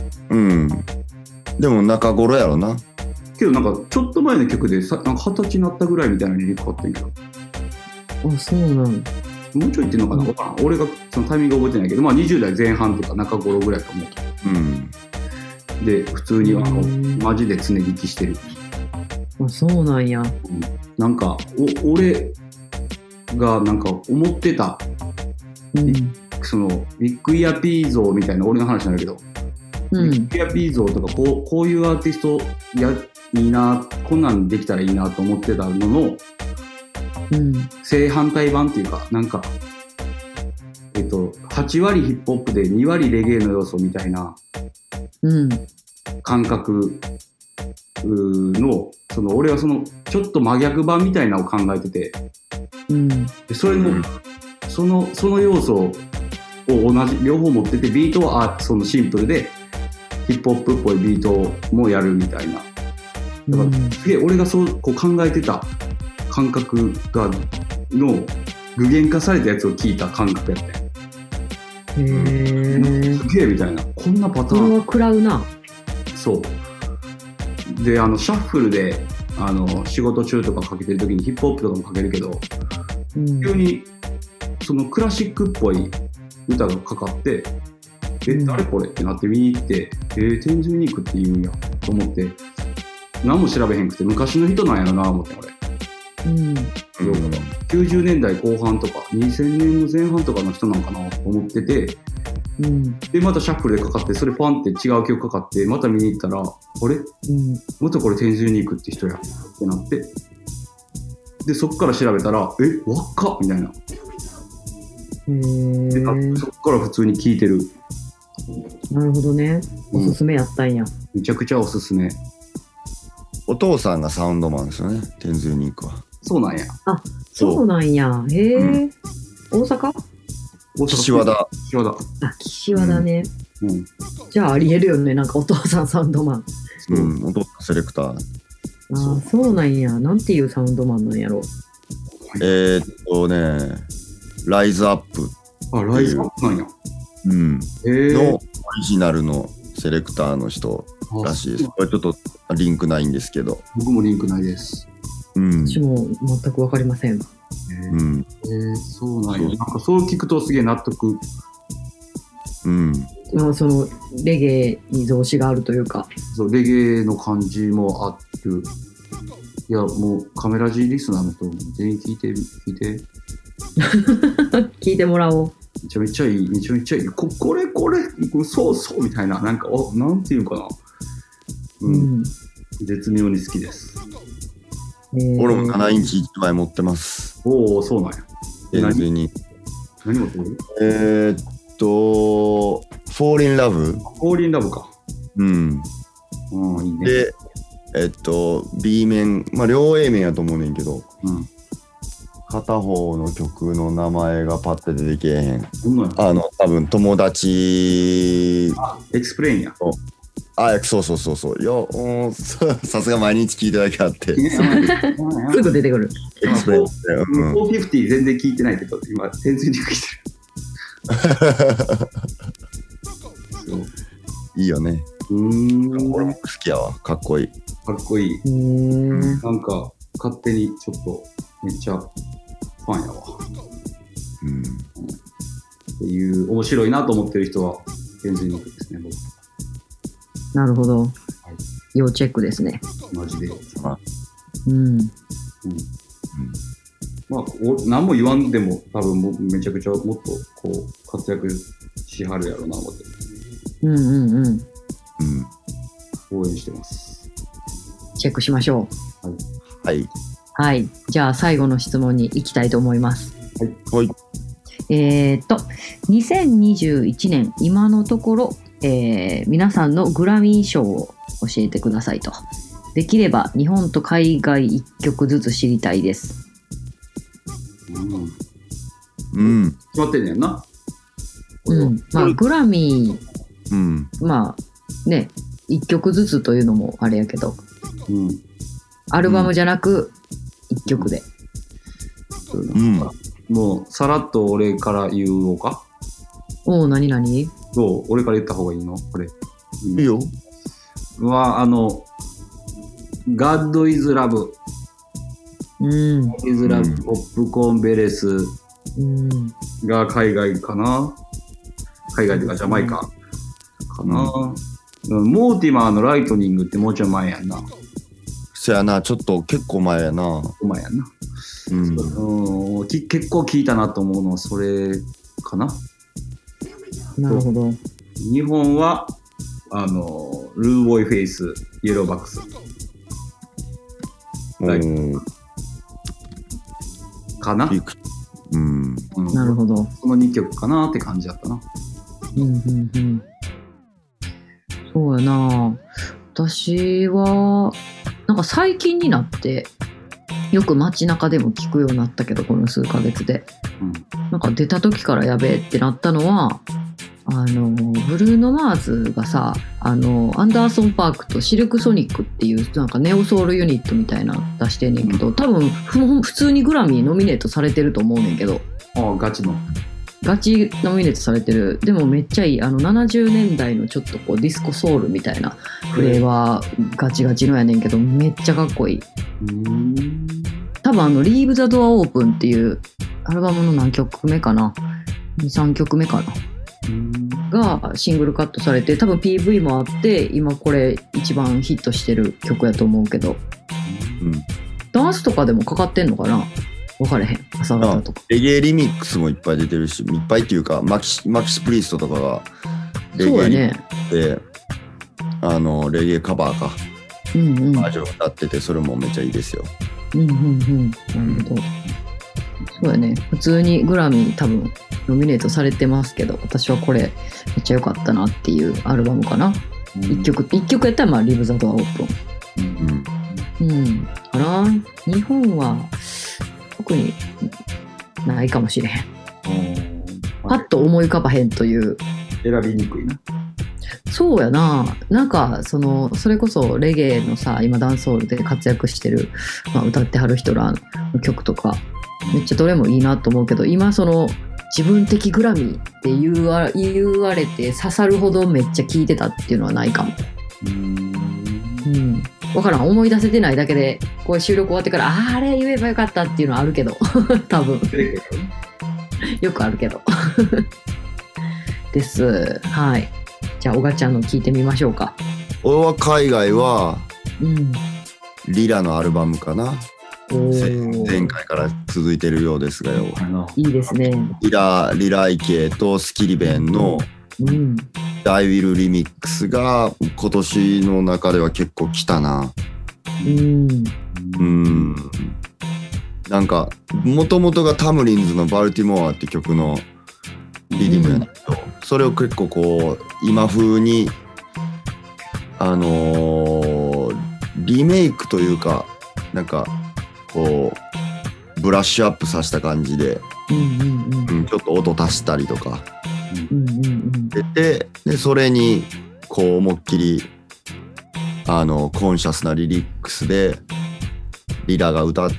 でも中頃やろな。 けどなんかちょっと前の曲でなんか20歳になったぐらいみたいなリリックあってんけど。 そうなの。もうちょいいってんのかな、分からん。俺がそのタイミング覚えてないけど、まあ20代前半とか中頃ぐらいと思う。で普通にマジで常聞きしてる。 そうなんや。 なんか俺がなんか思ってた、そのビッグイヤーピー像みたいな、俺の話なんだけど、ビッグイヤーピー像とかこういうアーティストいいな、こんなんできたらいいなと思ってたのの、正反対版っていうか、なんか8割ヒップホップで2割レゲエの要素みたいな感覚の、その俺はそのちょっと真逆版みたいなのを考えてて、でそれの、その要素を同じ両方持ってて、ビートはそのシンプルでヒップホップっぽいビートもやるみたいな。だからすげえ俺がこう考えてた感覚の具現化されたやつを聞いた感覚やったよ。すげえみたいな、こんなパターン。 それは食らうな。 そうでシャッフルで仕事中とかかけてる時にヒップホップとかもかけるけど、急にそのクラシックっぽい歌がかかって誰これってなって見に行って、テンズミニークって言うんやと思って何も調べへんくて、昔の人なんやろな思って俺。90年代後半とか2000年の前半とかの人なんかなと思ってて、でまたシャッフルでかかって、それパンって違う曲かかってまた見に行ったら、あれ、またこれテンズユニークって人やってなって、でそっから調べたら若っみたいな。でそっから普通に聴いてる。 なるほどね。おすすめやったんや。 めちゃくちゃおすすめ。 お父さんがサウンドマンですよね、テンズユニークは。 そうなんや。 そうなんや。大阪？ 岸和田。 岸和田ね。じゃあありえるよね、なんかお父さんサウンドマン。 お父さんセレクター。 そうなんや。なんていうサウンドマンなんやろ。 ライズアップ。 ライズアップなんや。 のオリジナルのセレクターの人らしいです。これちょっとリンクないんですけど。 僕もリンクないです。 私も全く分かりません。 そうなんや。なんかそう聞くとすげえ納得。 そのレゲエに増資があるというか。 そうレゲエの感じもある。いやもうカメラ G リスナーの人も全員聞いて聞いてもらおう。 めちゃめちゃいい、めちゃめちゃいい。これそうみたいな、なんかなんていうかな、絶妙に好きです。 俺も7インチ1枚持ってます。 おお、そうなんや。 何持ってる？Fall in Love か。いいね。 で、B 面、両 A 面やと思うねんけど、片方の曲の名前がパッて出てけえへん。多分友達。 エクスプレインや。 そう。さすが毎日聞いただけあって。 すぐ出てくる。 エクスプレイン。 450全然聞いてないけど、今、点数に聞いてる。いいよね。俺も好きやわ。かっこいい。 かっこいい。なんか、勝手にちょっと、めっちゃファンやわ。っていう面白いなと思ってる人は全然いいですね。 なるほど。 はい要チェックですね。 マジで。まあ、何も言わんでも多分めちゃくちゃもっとこう活躍しはるやろな思って。応援してます。 チェックしましょう。はい。 はい。じゃあ最後の質問に行きたいと思います。 はい。 2021年今のところ、皆さんのグラミー賞を教えてくださいと。できれば日本と海外1曲ずつ知りたいです。 決まってんねんな。 まあグラミー、まあね1曲ずつというのもあれやけど、アルバムじゃなく1曲で。 もうさらっと俺から言おうか。 何どう？俺から言った方がいいの？これ。 いいよ。 はGod is Love。God is Love、ポップコーンベレスが海外かな。海外というかジャマイカかな。モーティマーのライトニングってもうちょい前やんな。 そやな、ちょっと結構前やな。 前やんな。結構聞いたなと思うのはそれかな。 なるほど。 日本はルーボーイフェイス、イエローバックスかな。 なるほど。 その2曲かなって感じだったな。 そうやな。私はなんか最近になってよく街中でも聞くようになったけど、この数ヶ月で、なんか出た時からやべえってなったのはブルーノ・マーズがさアンダーソン・パークとシルク・ソニックっていうなんかネオソウルユニットみたいなの出してんねんけど、多分普通にグラミーノミネートされてると思うねんけど。 ガチノミネートされてる。でもめっちゃいい70年代のちょっとこうディスコソウルみたいなフレーバーガチガチのやねんけど、めっちゃかっこいい。多分Leave the Door Openっていうアルバムの何曲目かな、 2,3 曲目かながシングルカットされて、多分 PV もあって今これ一番ヒットしてる曲やと思うけど、ダンスとかでもかかってんのかな、分かれへん。朝方とかレゲエリミックスもいっぱい出てるし、いっぱいっていうかマキシプリストとかがレゲエリミックスで、レゲエカバーかバージョン歌ってて、それもめっちゃいいですよ。なるほど。そうやね。普通にグラミー多分ノミネートされてますけど、私はこれめっちゃ良かったなっていうアルバムかな。1曲やったらまあLeave the Door Open。かな。日本は特にないかもしれへん。パッと思い浮かばへんという。 選びにくいな。 そうやな。なんかそれこそレゲエのさ、今ダンスホールで活躍してる、歌ってはる人らの曲とかめっちゃどれもいいなと思うけど、今自分的グラミーって言われて刺さるほどめっちゃ聴いてたっていうのはないかも。分からん、思い出せてないだけで、これ収録終わってからあれ言えばよかったっていうのはあるけど多分よくあるけどです。はい。じゃあおがちゃんの聞いてみましょうか。 俺は海外は、リラのアルバムかな。前回から続いてるようですがよ。 いいですね。 リライケとスキリベンのダイウィルリミックスが今年の中では結構来たな。なんかもともとがタムリンズのバルティモアって曲のリディムやねんけど、それを結構こう今風にリメイクというか、なんかこうブラッシュアップさせた感じで、ちょっと音足したりとかでそれにこう思いっきりコンシャスなリリックスでリラが歌って、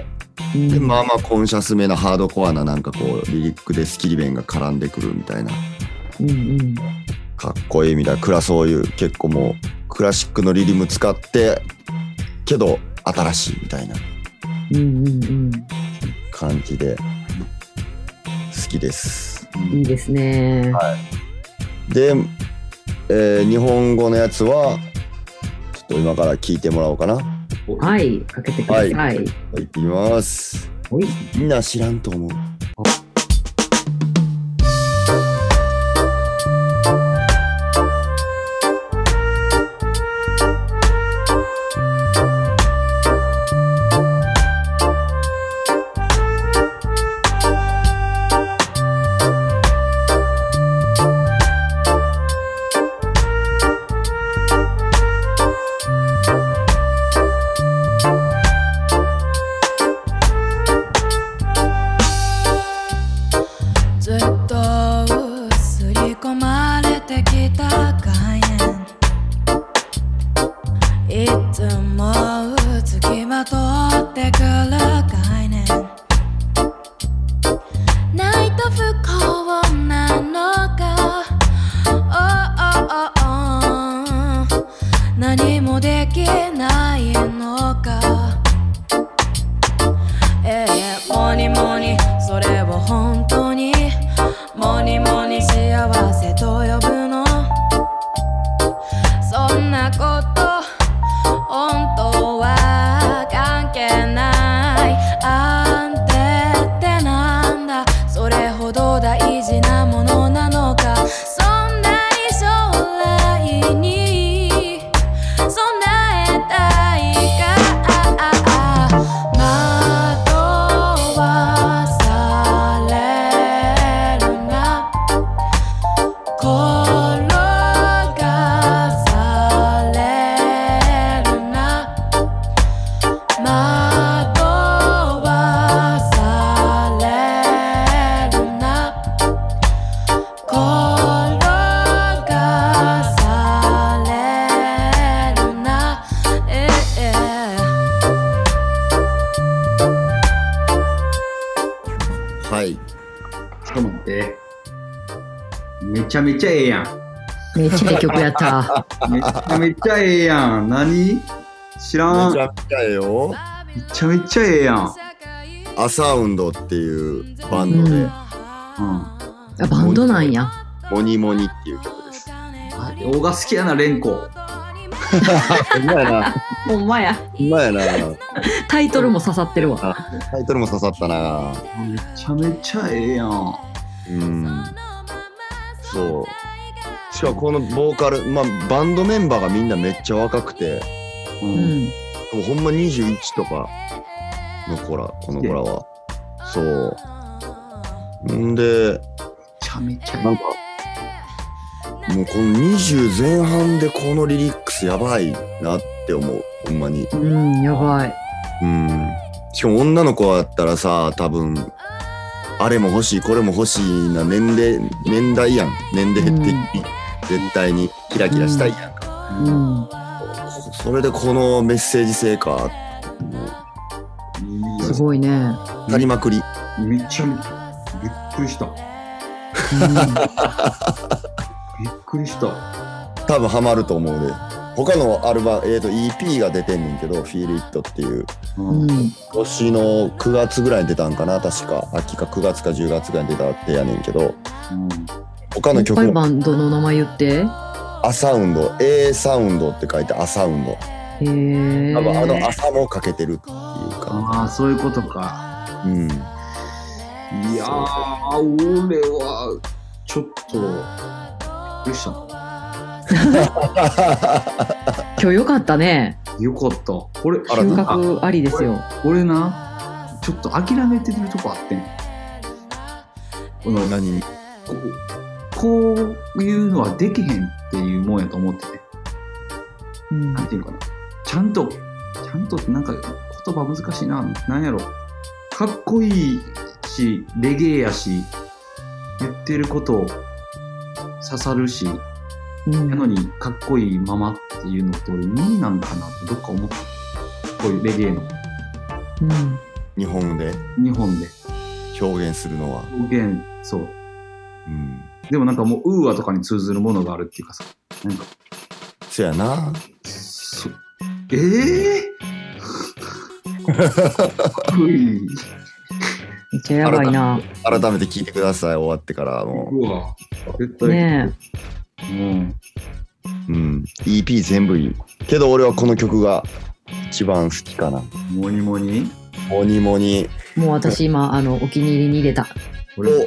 でまあコンシャスめなハードコアななんかこうリリックでスキリベンが絡んでくるみたいな、かっこいいみたいな、そういう結構もうクラシックのリリム使ってけど新しいみたいな感じで好きです。 いいですね。 で、日本語のやつはちょっと今から聞いてもらおうかな。 はい、かけてください。 はい、いきます。みんな知らんと思う。 めちゃめちゃええやん。 めっちゃええ曲やった。 めちゃめちゃええやん。何？知らん。 めちゃめちゃええよ。 めちゃめちゃええやん。 アサウンドっていうバンドで、 あ、バンドなんや。 モニモニっていう曲です。 オが好きやな、レンコ。 ほんまやな。 ほんまや。 ほんまやな。 タイトルも刺さってるわ。 タイトルも刺さったな。 めちゃめちゃええやん。 そう。しかもこのボーカル、バンドメンバーがみんなめっちゃ若くて、もうほんま21とかの子ら、この子らは。そう。んで、 めちゃめちゃなんか、もうこの20前半でこのリリックスやばいなって思う。ほんまに。 やばい。 しかも女の子だったらさ、多分、あれも欲しい、これも欲しいな年代やん。年齢的に絶対にキラキラしたいやんか。それでこのメッセージ性か。 すごいね。 足りまくり。めっちゃびっくりした。びっくりした。 多分ハマると思うで。他のアルバム、EP が出てんねんけど、Feel It っていう。今年の9月ぐらいに出たんかな、確か。秋か9月か10月ぐらいに出たってやねんけど。他の曲も。 バンドの名前言って。 アサウンド、A サウンドって書いてアサウンド。多分朝もかけてるっていうか。 ああ、そういうことか。いやー、俺はちょっとびっくりしたな。 今日よかったね。 よかった。これ収穫ありですよ。 俺な、ちょっと諦めてるとこあってん。この何？ こういうのはできへんっていうもんやと思ってて。なんていうかな。ちゃんとなんか言葉難しいな。なんやろ。かっこいいし、レゲエやし、言ってること刺さるし、やのにかっこいいままっていうのって俺無理なんかなってどっか思った。こういうレゲエの。 日本で表現するのは。 そう。でもなんかもうウーアとかに通ずるものがあるっていうかさ。なんか。 そやな。 かっこいい。 めっちゃやばいな。 改めて聞いてください、終わってからもう。 うわ、絶対。 ねうん、EP 全部いいけど俺はこの曲が一番好きかな。 モニモニモニモニ。 もう私今お気に入りに入れた。 これ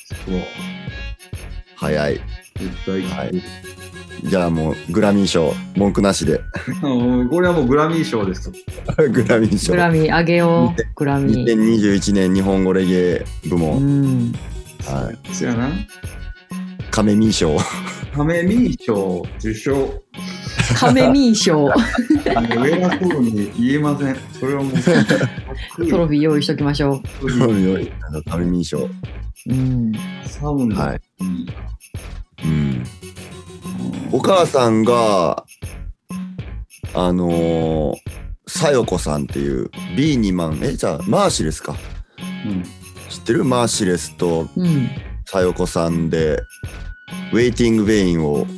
早い。 絶対はい。じゃあもうグラミー賞文句なしでこれはもうグラミー賞ですグラミー賞。 グラミーあげよう。グラミー 2021年日本語レゲエ部門、うん、 はい。そうやな。 カメミー賞。 カメミー賞受賞。 カメミー賞。 偉そうに言えません。それはもうトロフィー用意しときましょう。 トロフィー用意。カメミー賞。 うん。 サウンド。はい。 うん。お母さんがさよこさんっていうビーニマンじゃあマーシレスか、うん、知ってる？マーシレスとさよこさんで、ウェイティング・ベインを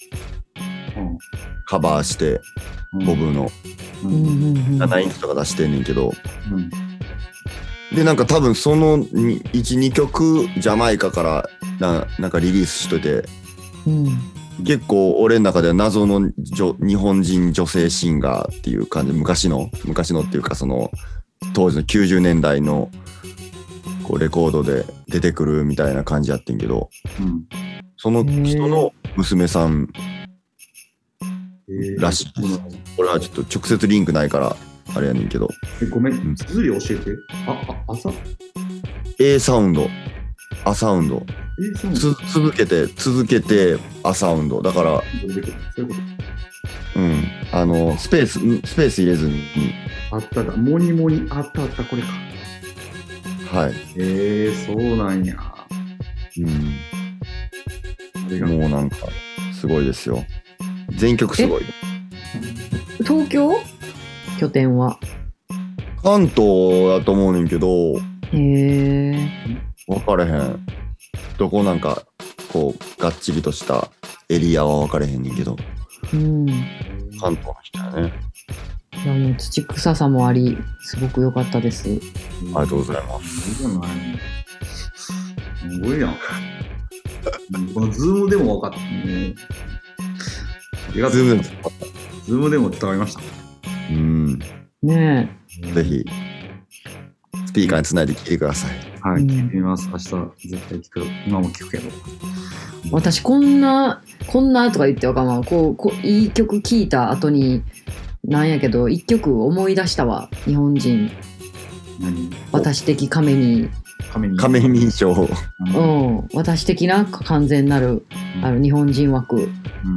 カバーして、ボブの7インチとか出してんねんけど、でなんか多分その 1,2 曲ジャマイカからなんかリリースしといて、結構俺の中では謎の日本人女性シンガーっていう感じ、昔のっていうかその当時の90年代のこうレコードで出てくるみたいな感じやってんけど、その人の娘さんらしいです。俺はちょっと直接リンクないからあれやねんけど。 ごめん、綴り教えて。朝 A サウンド、アサウンド、続けてアサウンドだから、スペース入れずに。 あっただ、モニモニ、あったこれか。 はい。 そうなんや。 もうなんかすごいですよ。全曲すごい。 東京拠点は関東やと思うねんけど。分かれへん。どこなんかこうがっちりとしたエリアは分かれへんねんけど、関東の人やね。 いやもう土臭さもありすごく良かったです。 ありがとうございます。 すごいやん。このズームでも分かった。ズームでも伝わりました。 ねえ。ぜひスピーカーにつないで聴いてください。 はい、聞いてみます。明日絶対聞く。今も聞くけど。 私こんなとか言ってわかんない。こういい曲聴いた後になんやけど一曲思い出したわ。日本人。私的カメミー賞。 私的な完全なる日本人枠。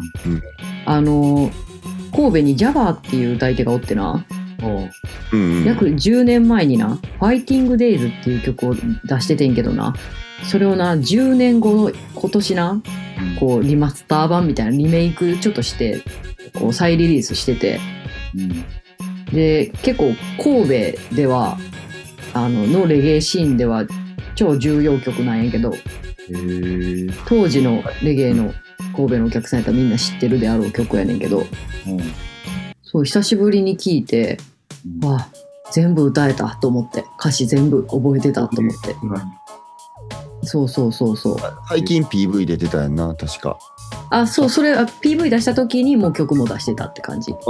神戸にジャバーっていう歌い手がおってな。約10年前になファイティングデイズっていう曲を出しててんけどな、それをな10年後の今年なこうリマスター版みたいなリメイクちょっとしてこう再リリースしてて、で結構神戸ではのレゲエシーンでは超重要曲なんやけど、当時のレゲエの神戸のお客さんやったらみんな知ってるであろう曲やねんけど、そう久しぶりに聴いて、全部歌えたと思って、歌詞全部覚えてたと思って、そう最近 PV 出てたやんな確か。 それPV 出した時にもう曲も出してたって感じ。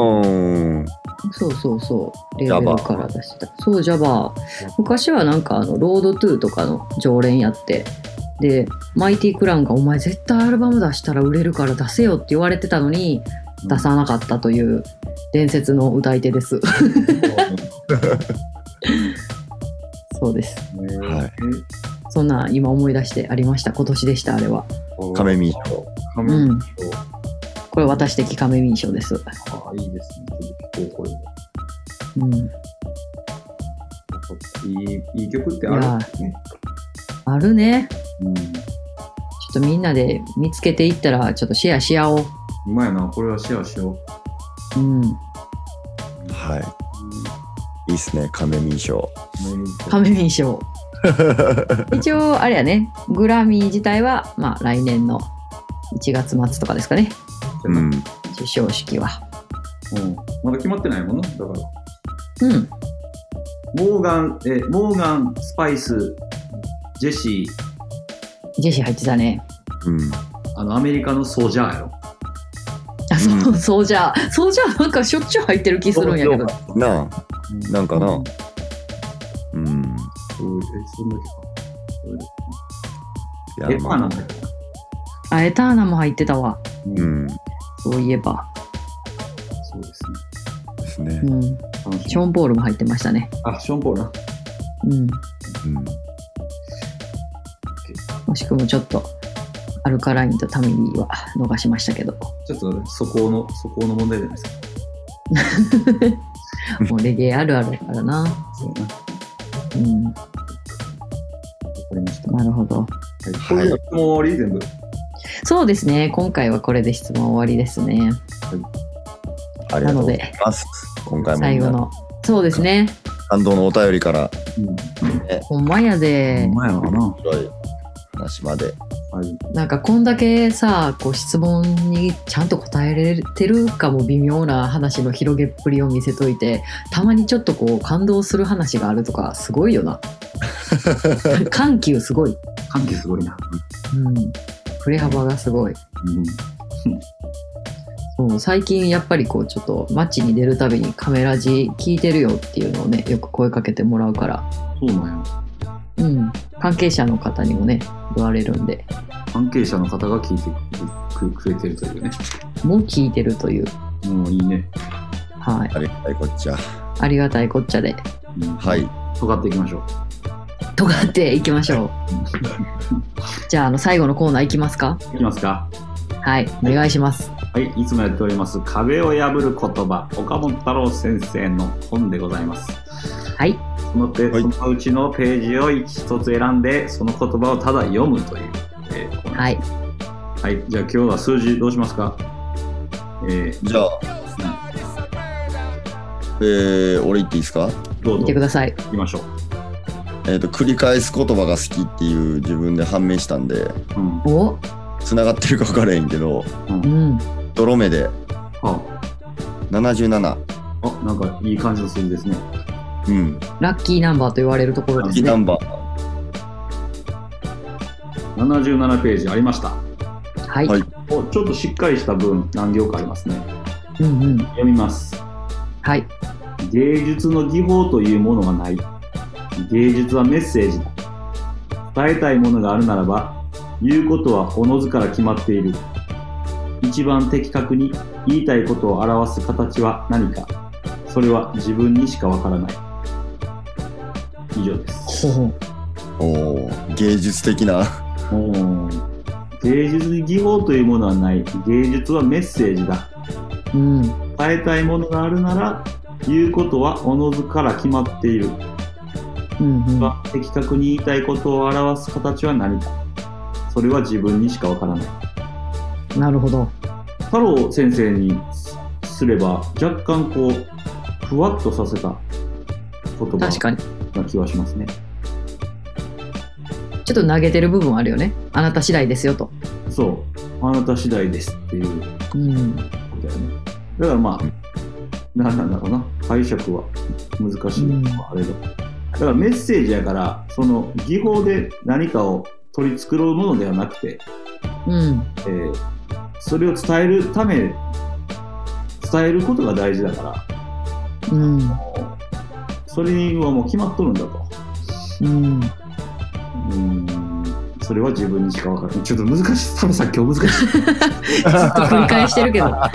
そうレーベルから出してた。そうジャバー昔はなんかロードトゥーとかの常連やって、でマイティクラウンがお前絶対アルバム出したら売れるから出せよって言われてたのに出さなかったという伝説の歌い手です。そうです、そんな今思い出してありました。今年でした。あれはカメミー賞。 これ私的カメミー賞です。 いいですね。これいい曲ってあるね。 あるね。ちょっとみんなで見つけていったらちょっとシェアし合おう。 うまいな、これはシェアしよう。 いいっすね、カメミー賞。 カメミー賞。一応あれやね、グラミー自体は来年の1月末とかですかね。授賞式は。 まだ決まってないもんな、だから。モーガン、スパイス、ジェシー入ってたね。 アメリカのソジャーやろ。 そうじゃなんかしょっちゅう入ってる気するんやけど。 なあ、なんかな。 そんだけか。エターナも入ってた。 エターナも入ってたわ。そういえば。 そうですね。 ショーン・ポールも入ってましたね。 ショーン・ポールな。 もしくもちょっとアルカラインとタミリーは逃しましたけど。 ちょっと素行の問題じゃないですか。もうレゲエあるあるだからな。 そうな。 わかりました。 なるほど。 これで質問終わり全部。 そうですね。今回はこれで質問終わりですね。 ありがとうございます。今回も最後のそうですね。 感動のお便りから、 ほんまやで。 ほんまやわな。 話まで。 なんかこんだけさ、こう質問にちゃんと答えれてるかも微妙な話の広げっぷりを見せといて、たまにちょっとこう感動する話があるとかすごいよな。緩急すごい。 緩急すごいな。 振れ幅がすごい。そう最近やっぱりこうちょっと街に出るたびにカメラ字聞いてるよっていうのをねよく声かけてもらうから。 そうなんや。 関係者の方にもね言われるんで。 関係者の方が聞いてくれてるというね。 もう聞いてるという。 もういいね。 はい。ありがたいこっちゃ。 ありがたいこっちゃで。 はい。 尖っていきましょう。 尖っていきましょう。じゃあ最後のコーナーいきますか。 いきますか。 はい、お願いします。 はい、いつもやっております壁を破る言葉、岡本太郎先生の本でございます。 はい。 そのうちのページを一つ選んで、その言葉をただ読むという、 はい。 はい、じゃあ今日は数字どうしますか。 じゃあ、俺言っていいですか。 どうぞ。 言ってください。 行きましょう。 繰り返す言葉が好きっていう自分で判明したんで、 お繋がってるか分からへんけど、ドロメで77。 なんかいい感じの数字ですね。 ラッキーナンバーと言われるところですね。 ラッキーナンバー。 77ページありました。 はい。 ちょっとしっかりした文何行かありますね。読みます。 はい。 芸術の技法というものがない。芸術はメッセージだ。伝えたいものがあるならば、言うことはおのずから決まっている。一番的確に言いたいことを表す形は何か。それは自分にしかわからない。以上です。 芸術的な。 芸術に技法というものはない。芸術はメッセージだ。伝えたいものがあるなら、言うことはおのずから決まっている。的確に言いたいことを表す形は何か。それは自分にしかわからない。 なるほど。 太郎先生にすれば若干こうふわっとさせた言葉な気はしますね。 ちょっと投げてる部分あるよね。あなた次第ですよと。 そう、あなた次第ですっていうことだよね。だからまあなんだろうな、解釈は難しいのはあれだ。だからメッセージやから、その技法で何かを取り繕うものではなくて、それを伝えるため、伝えることが大事だから、それはもう決まっとるんだと。それは自分にしか分からない。ちょっと難しい。多分さっき今日難しい。ずっと繰り返してるけど。ま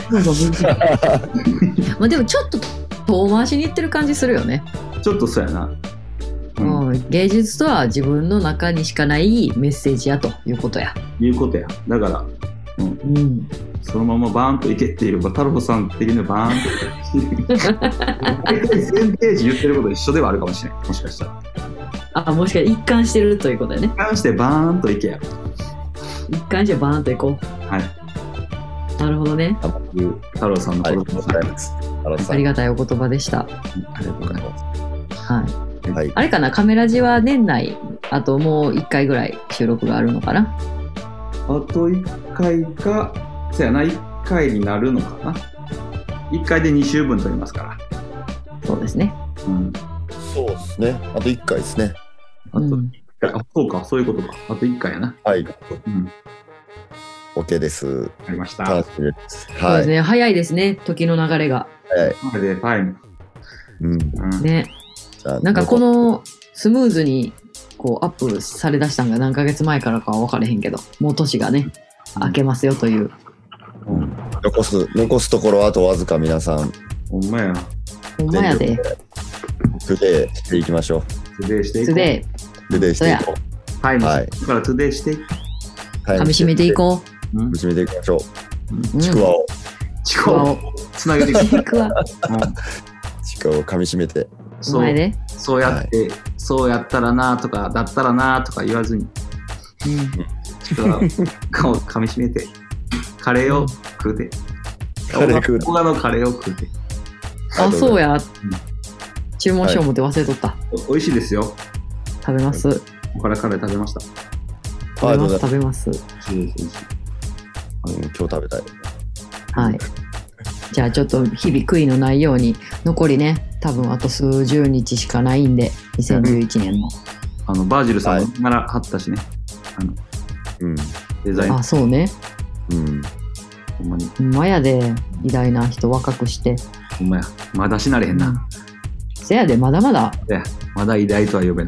あでもちょっと遠回しに言ってる感じするよね。 ちょっとそうやな。 芸術とは自分の中にしかないメッセージやということや。 だから、そのままバーンといけっていう、太郎さん的にバーンといけ。大体1000ページ言ってること一緒ではあるかもしれない。もしかしたら。 もしかしたら一貫してるということやね。 一貫してバーンといけや。 一貫してバーンといこう。 はい。 なるほどね。 太郎さんの言葉です。 ありがたいお言葉でした。 ありがとうございます。 はい。あれかな、カメラジは年内あともう1回ぐらい収録があるのかな。 あと1回か、そうやな、1回になるのかな。1回で2週分撮りますから。 そうですね。 そうですね。あと1回ですね。 あと1回、そうか、そういうことか。あと1回やな。 はい。 OK です。 わかりました。 楽しみです。 はい。そうですね。早いですね。時の流れが。 早い。 これでタイム。 ね。なんかこのスムーズにこうアップされだしたんが何ヶ月前からかは分からへんけど、もう年がね、明けますよという。 残すところあとわずか、皆さん。 ほんまや。 ほんまやで。 トゥデイしていきましょう。 トゥデイしていこう。 トゥデイしていこう。 タイム。だからトゥデイしていこう。噛み締めていこう。噛み締めていきましょう。ちくわを。 ちくわをつなげていく。 ちくわ。 ちくわを噛み締めて。 そうやって、そうやったらなとかだったらなとか言わずに、ちくわを噛み締めてカレーを食うて、他のカレーを食うて。 あ、そうや。注文しよう思って忘れとった。 美味しいですよ。 食べます。 ここからカレー食べました。 食べます。 今日食べたい。 はい。じゃあちょっと日々悔いのないように、残りね、多分あと数十日しかないんで、2011年の。 バージルさんなら貼ったしね。デザイン。 あ、そうね。 ほんまに。 ほんまやで、偉大な人若くして。 ほんまや。まだしなれへんな。 せやで、まだまだ。 まだ偉大とは呼べない。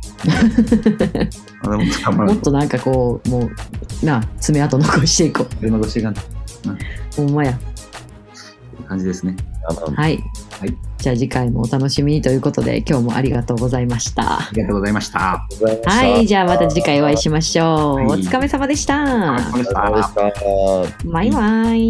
もっとなんかこう、もう、爪痕残していこう。 残していかん。 ほんまや。 感じですね。 はい。じゃあ次回もお楽しみにということで、今日もありがとうございました。 ありがとうございました。 はい、じゃあまた次回お会いしましょう。お疲れ様でした。バイバイ。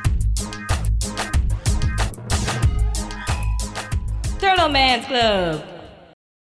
Turtle Man's Club.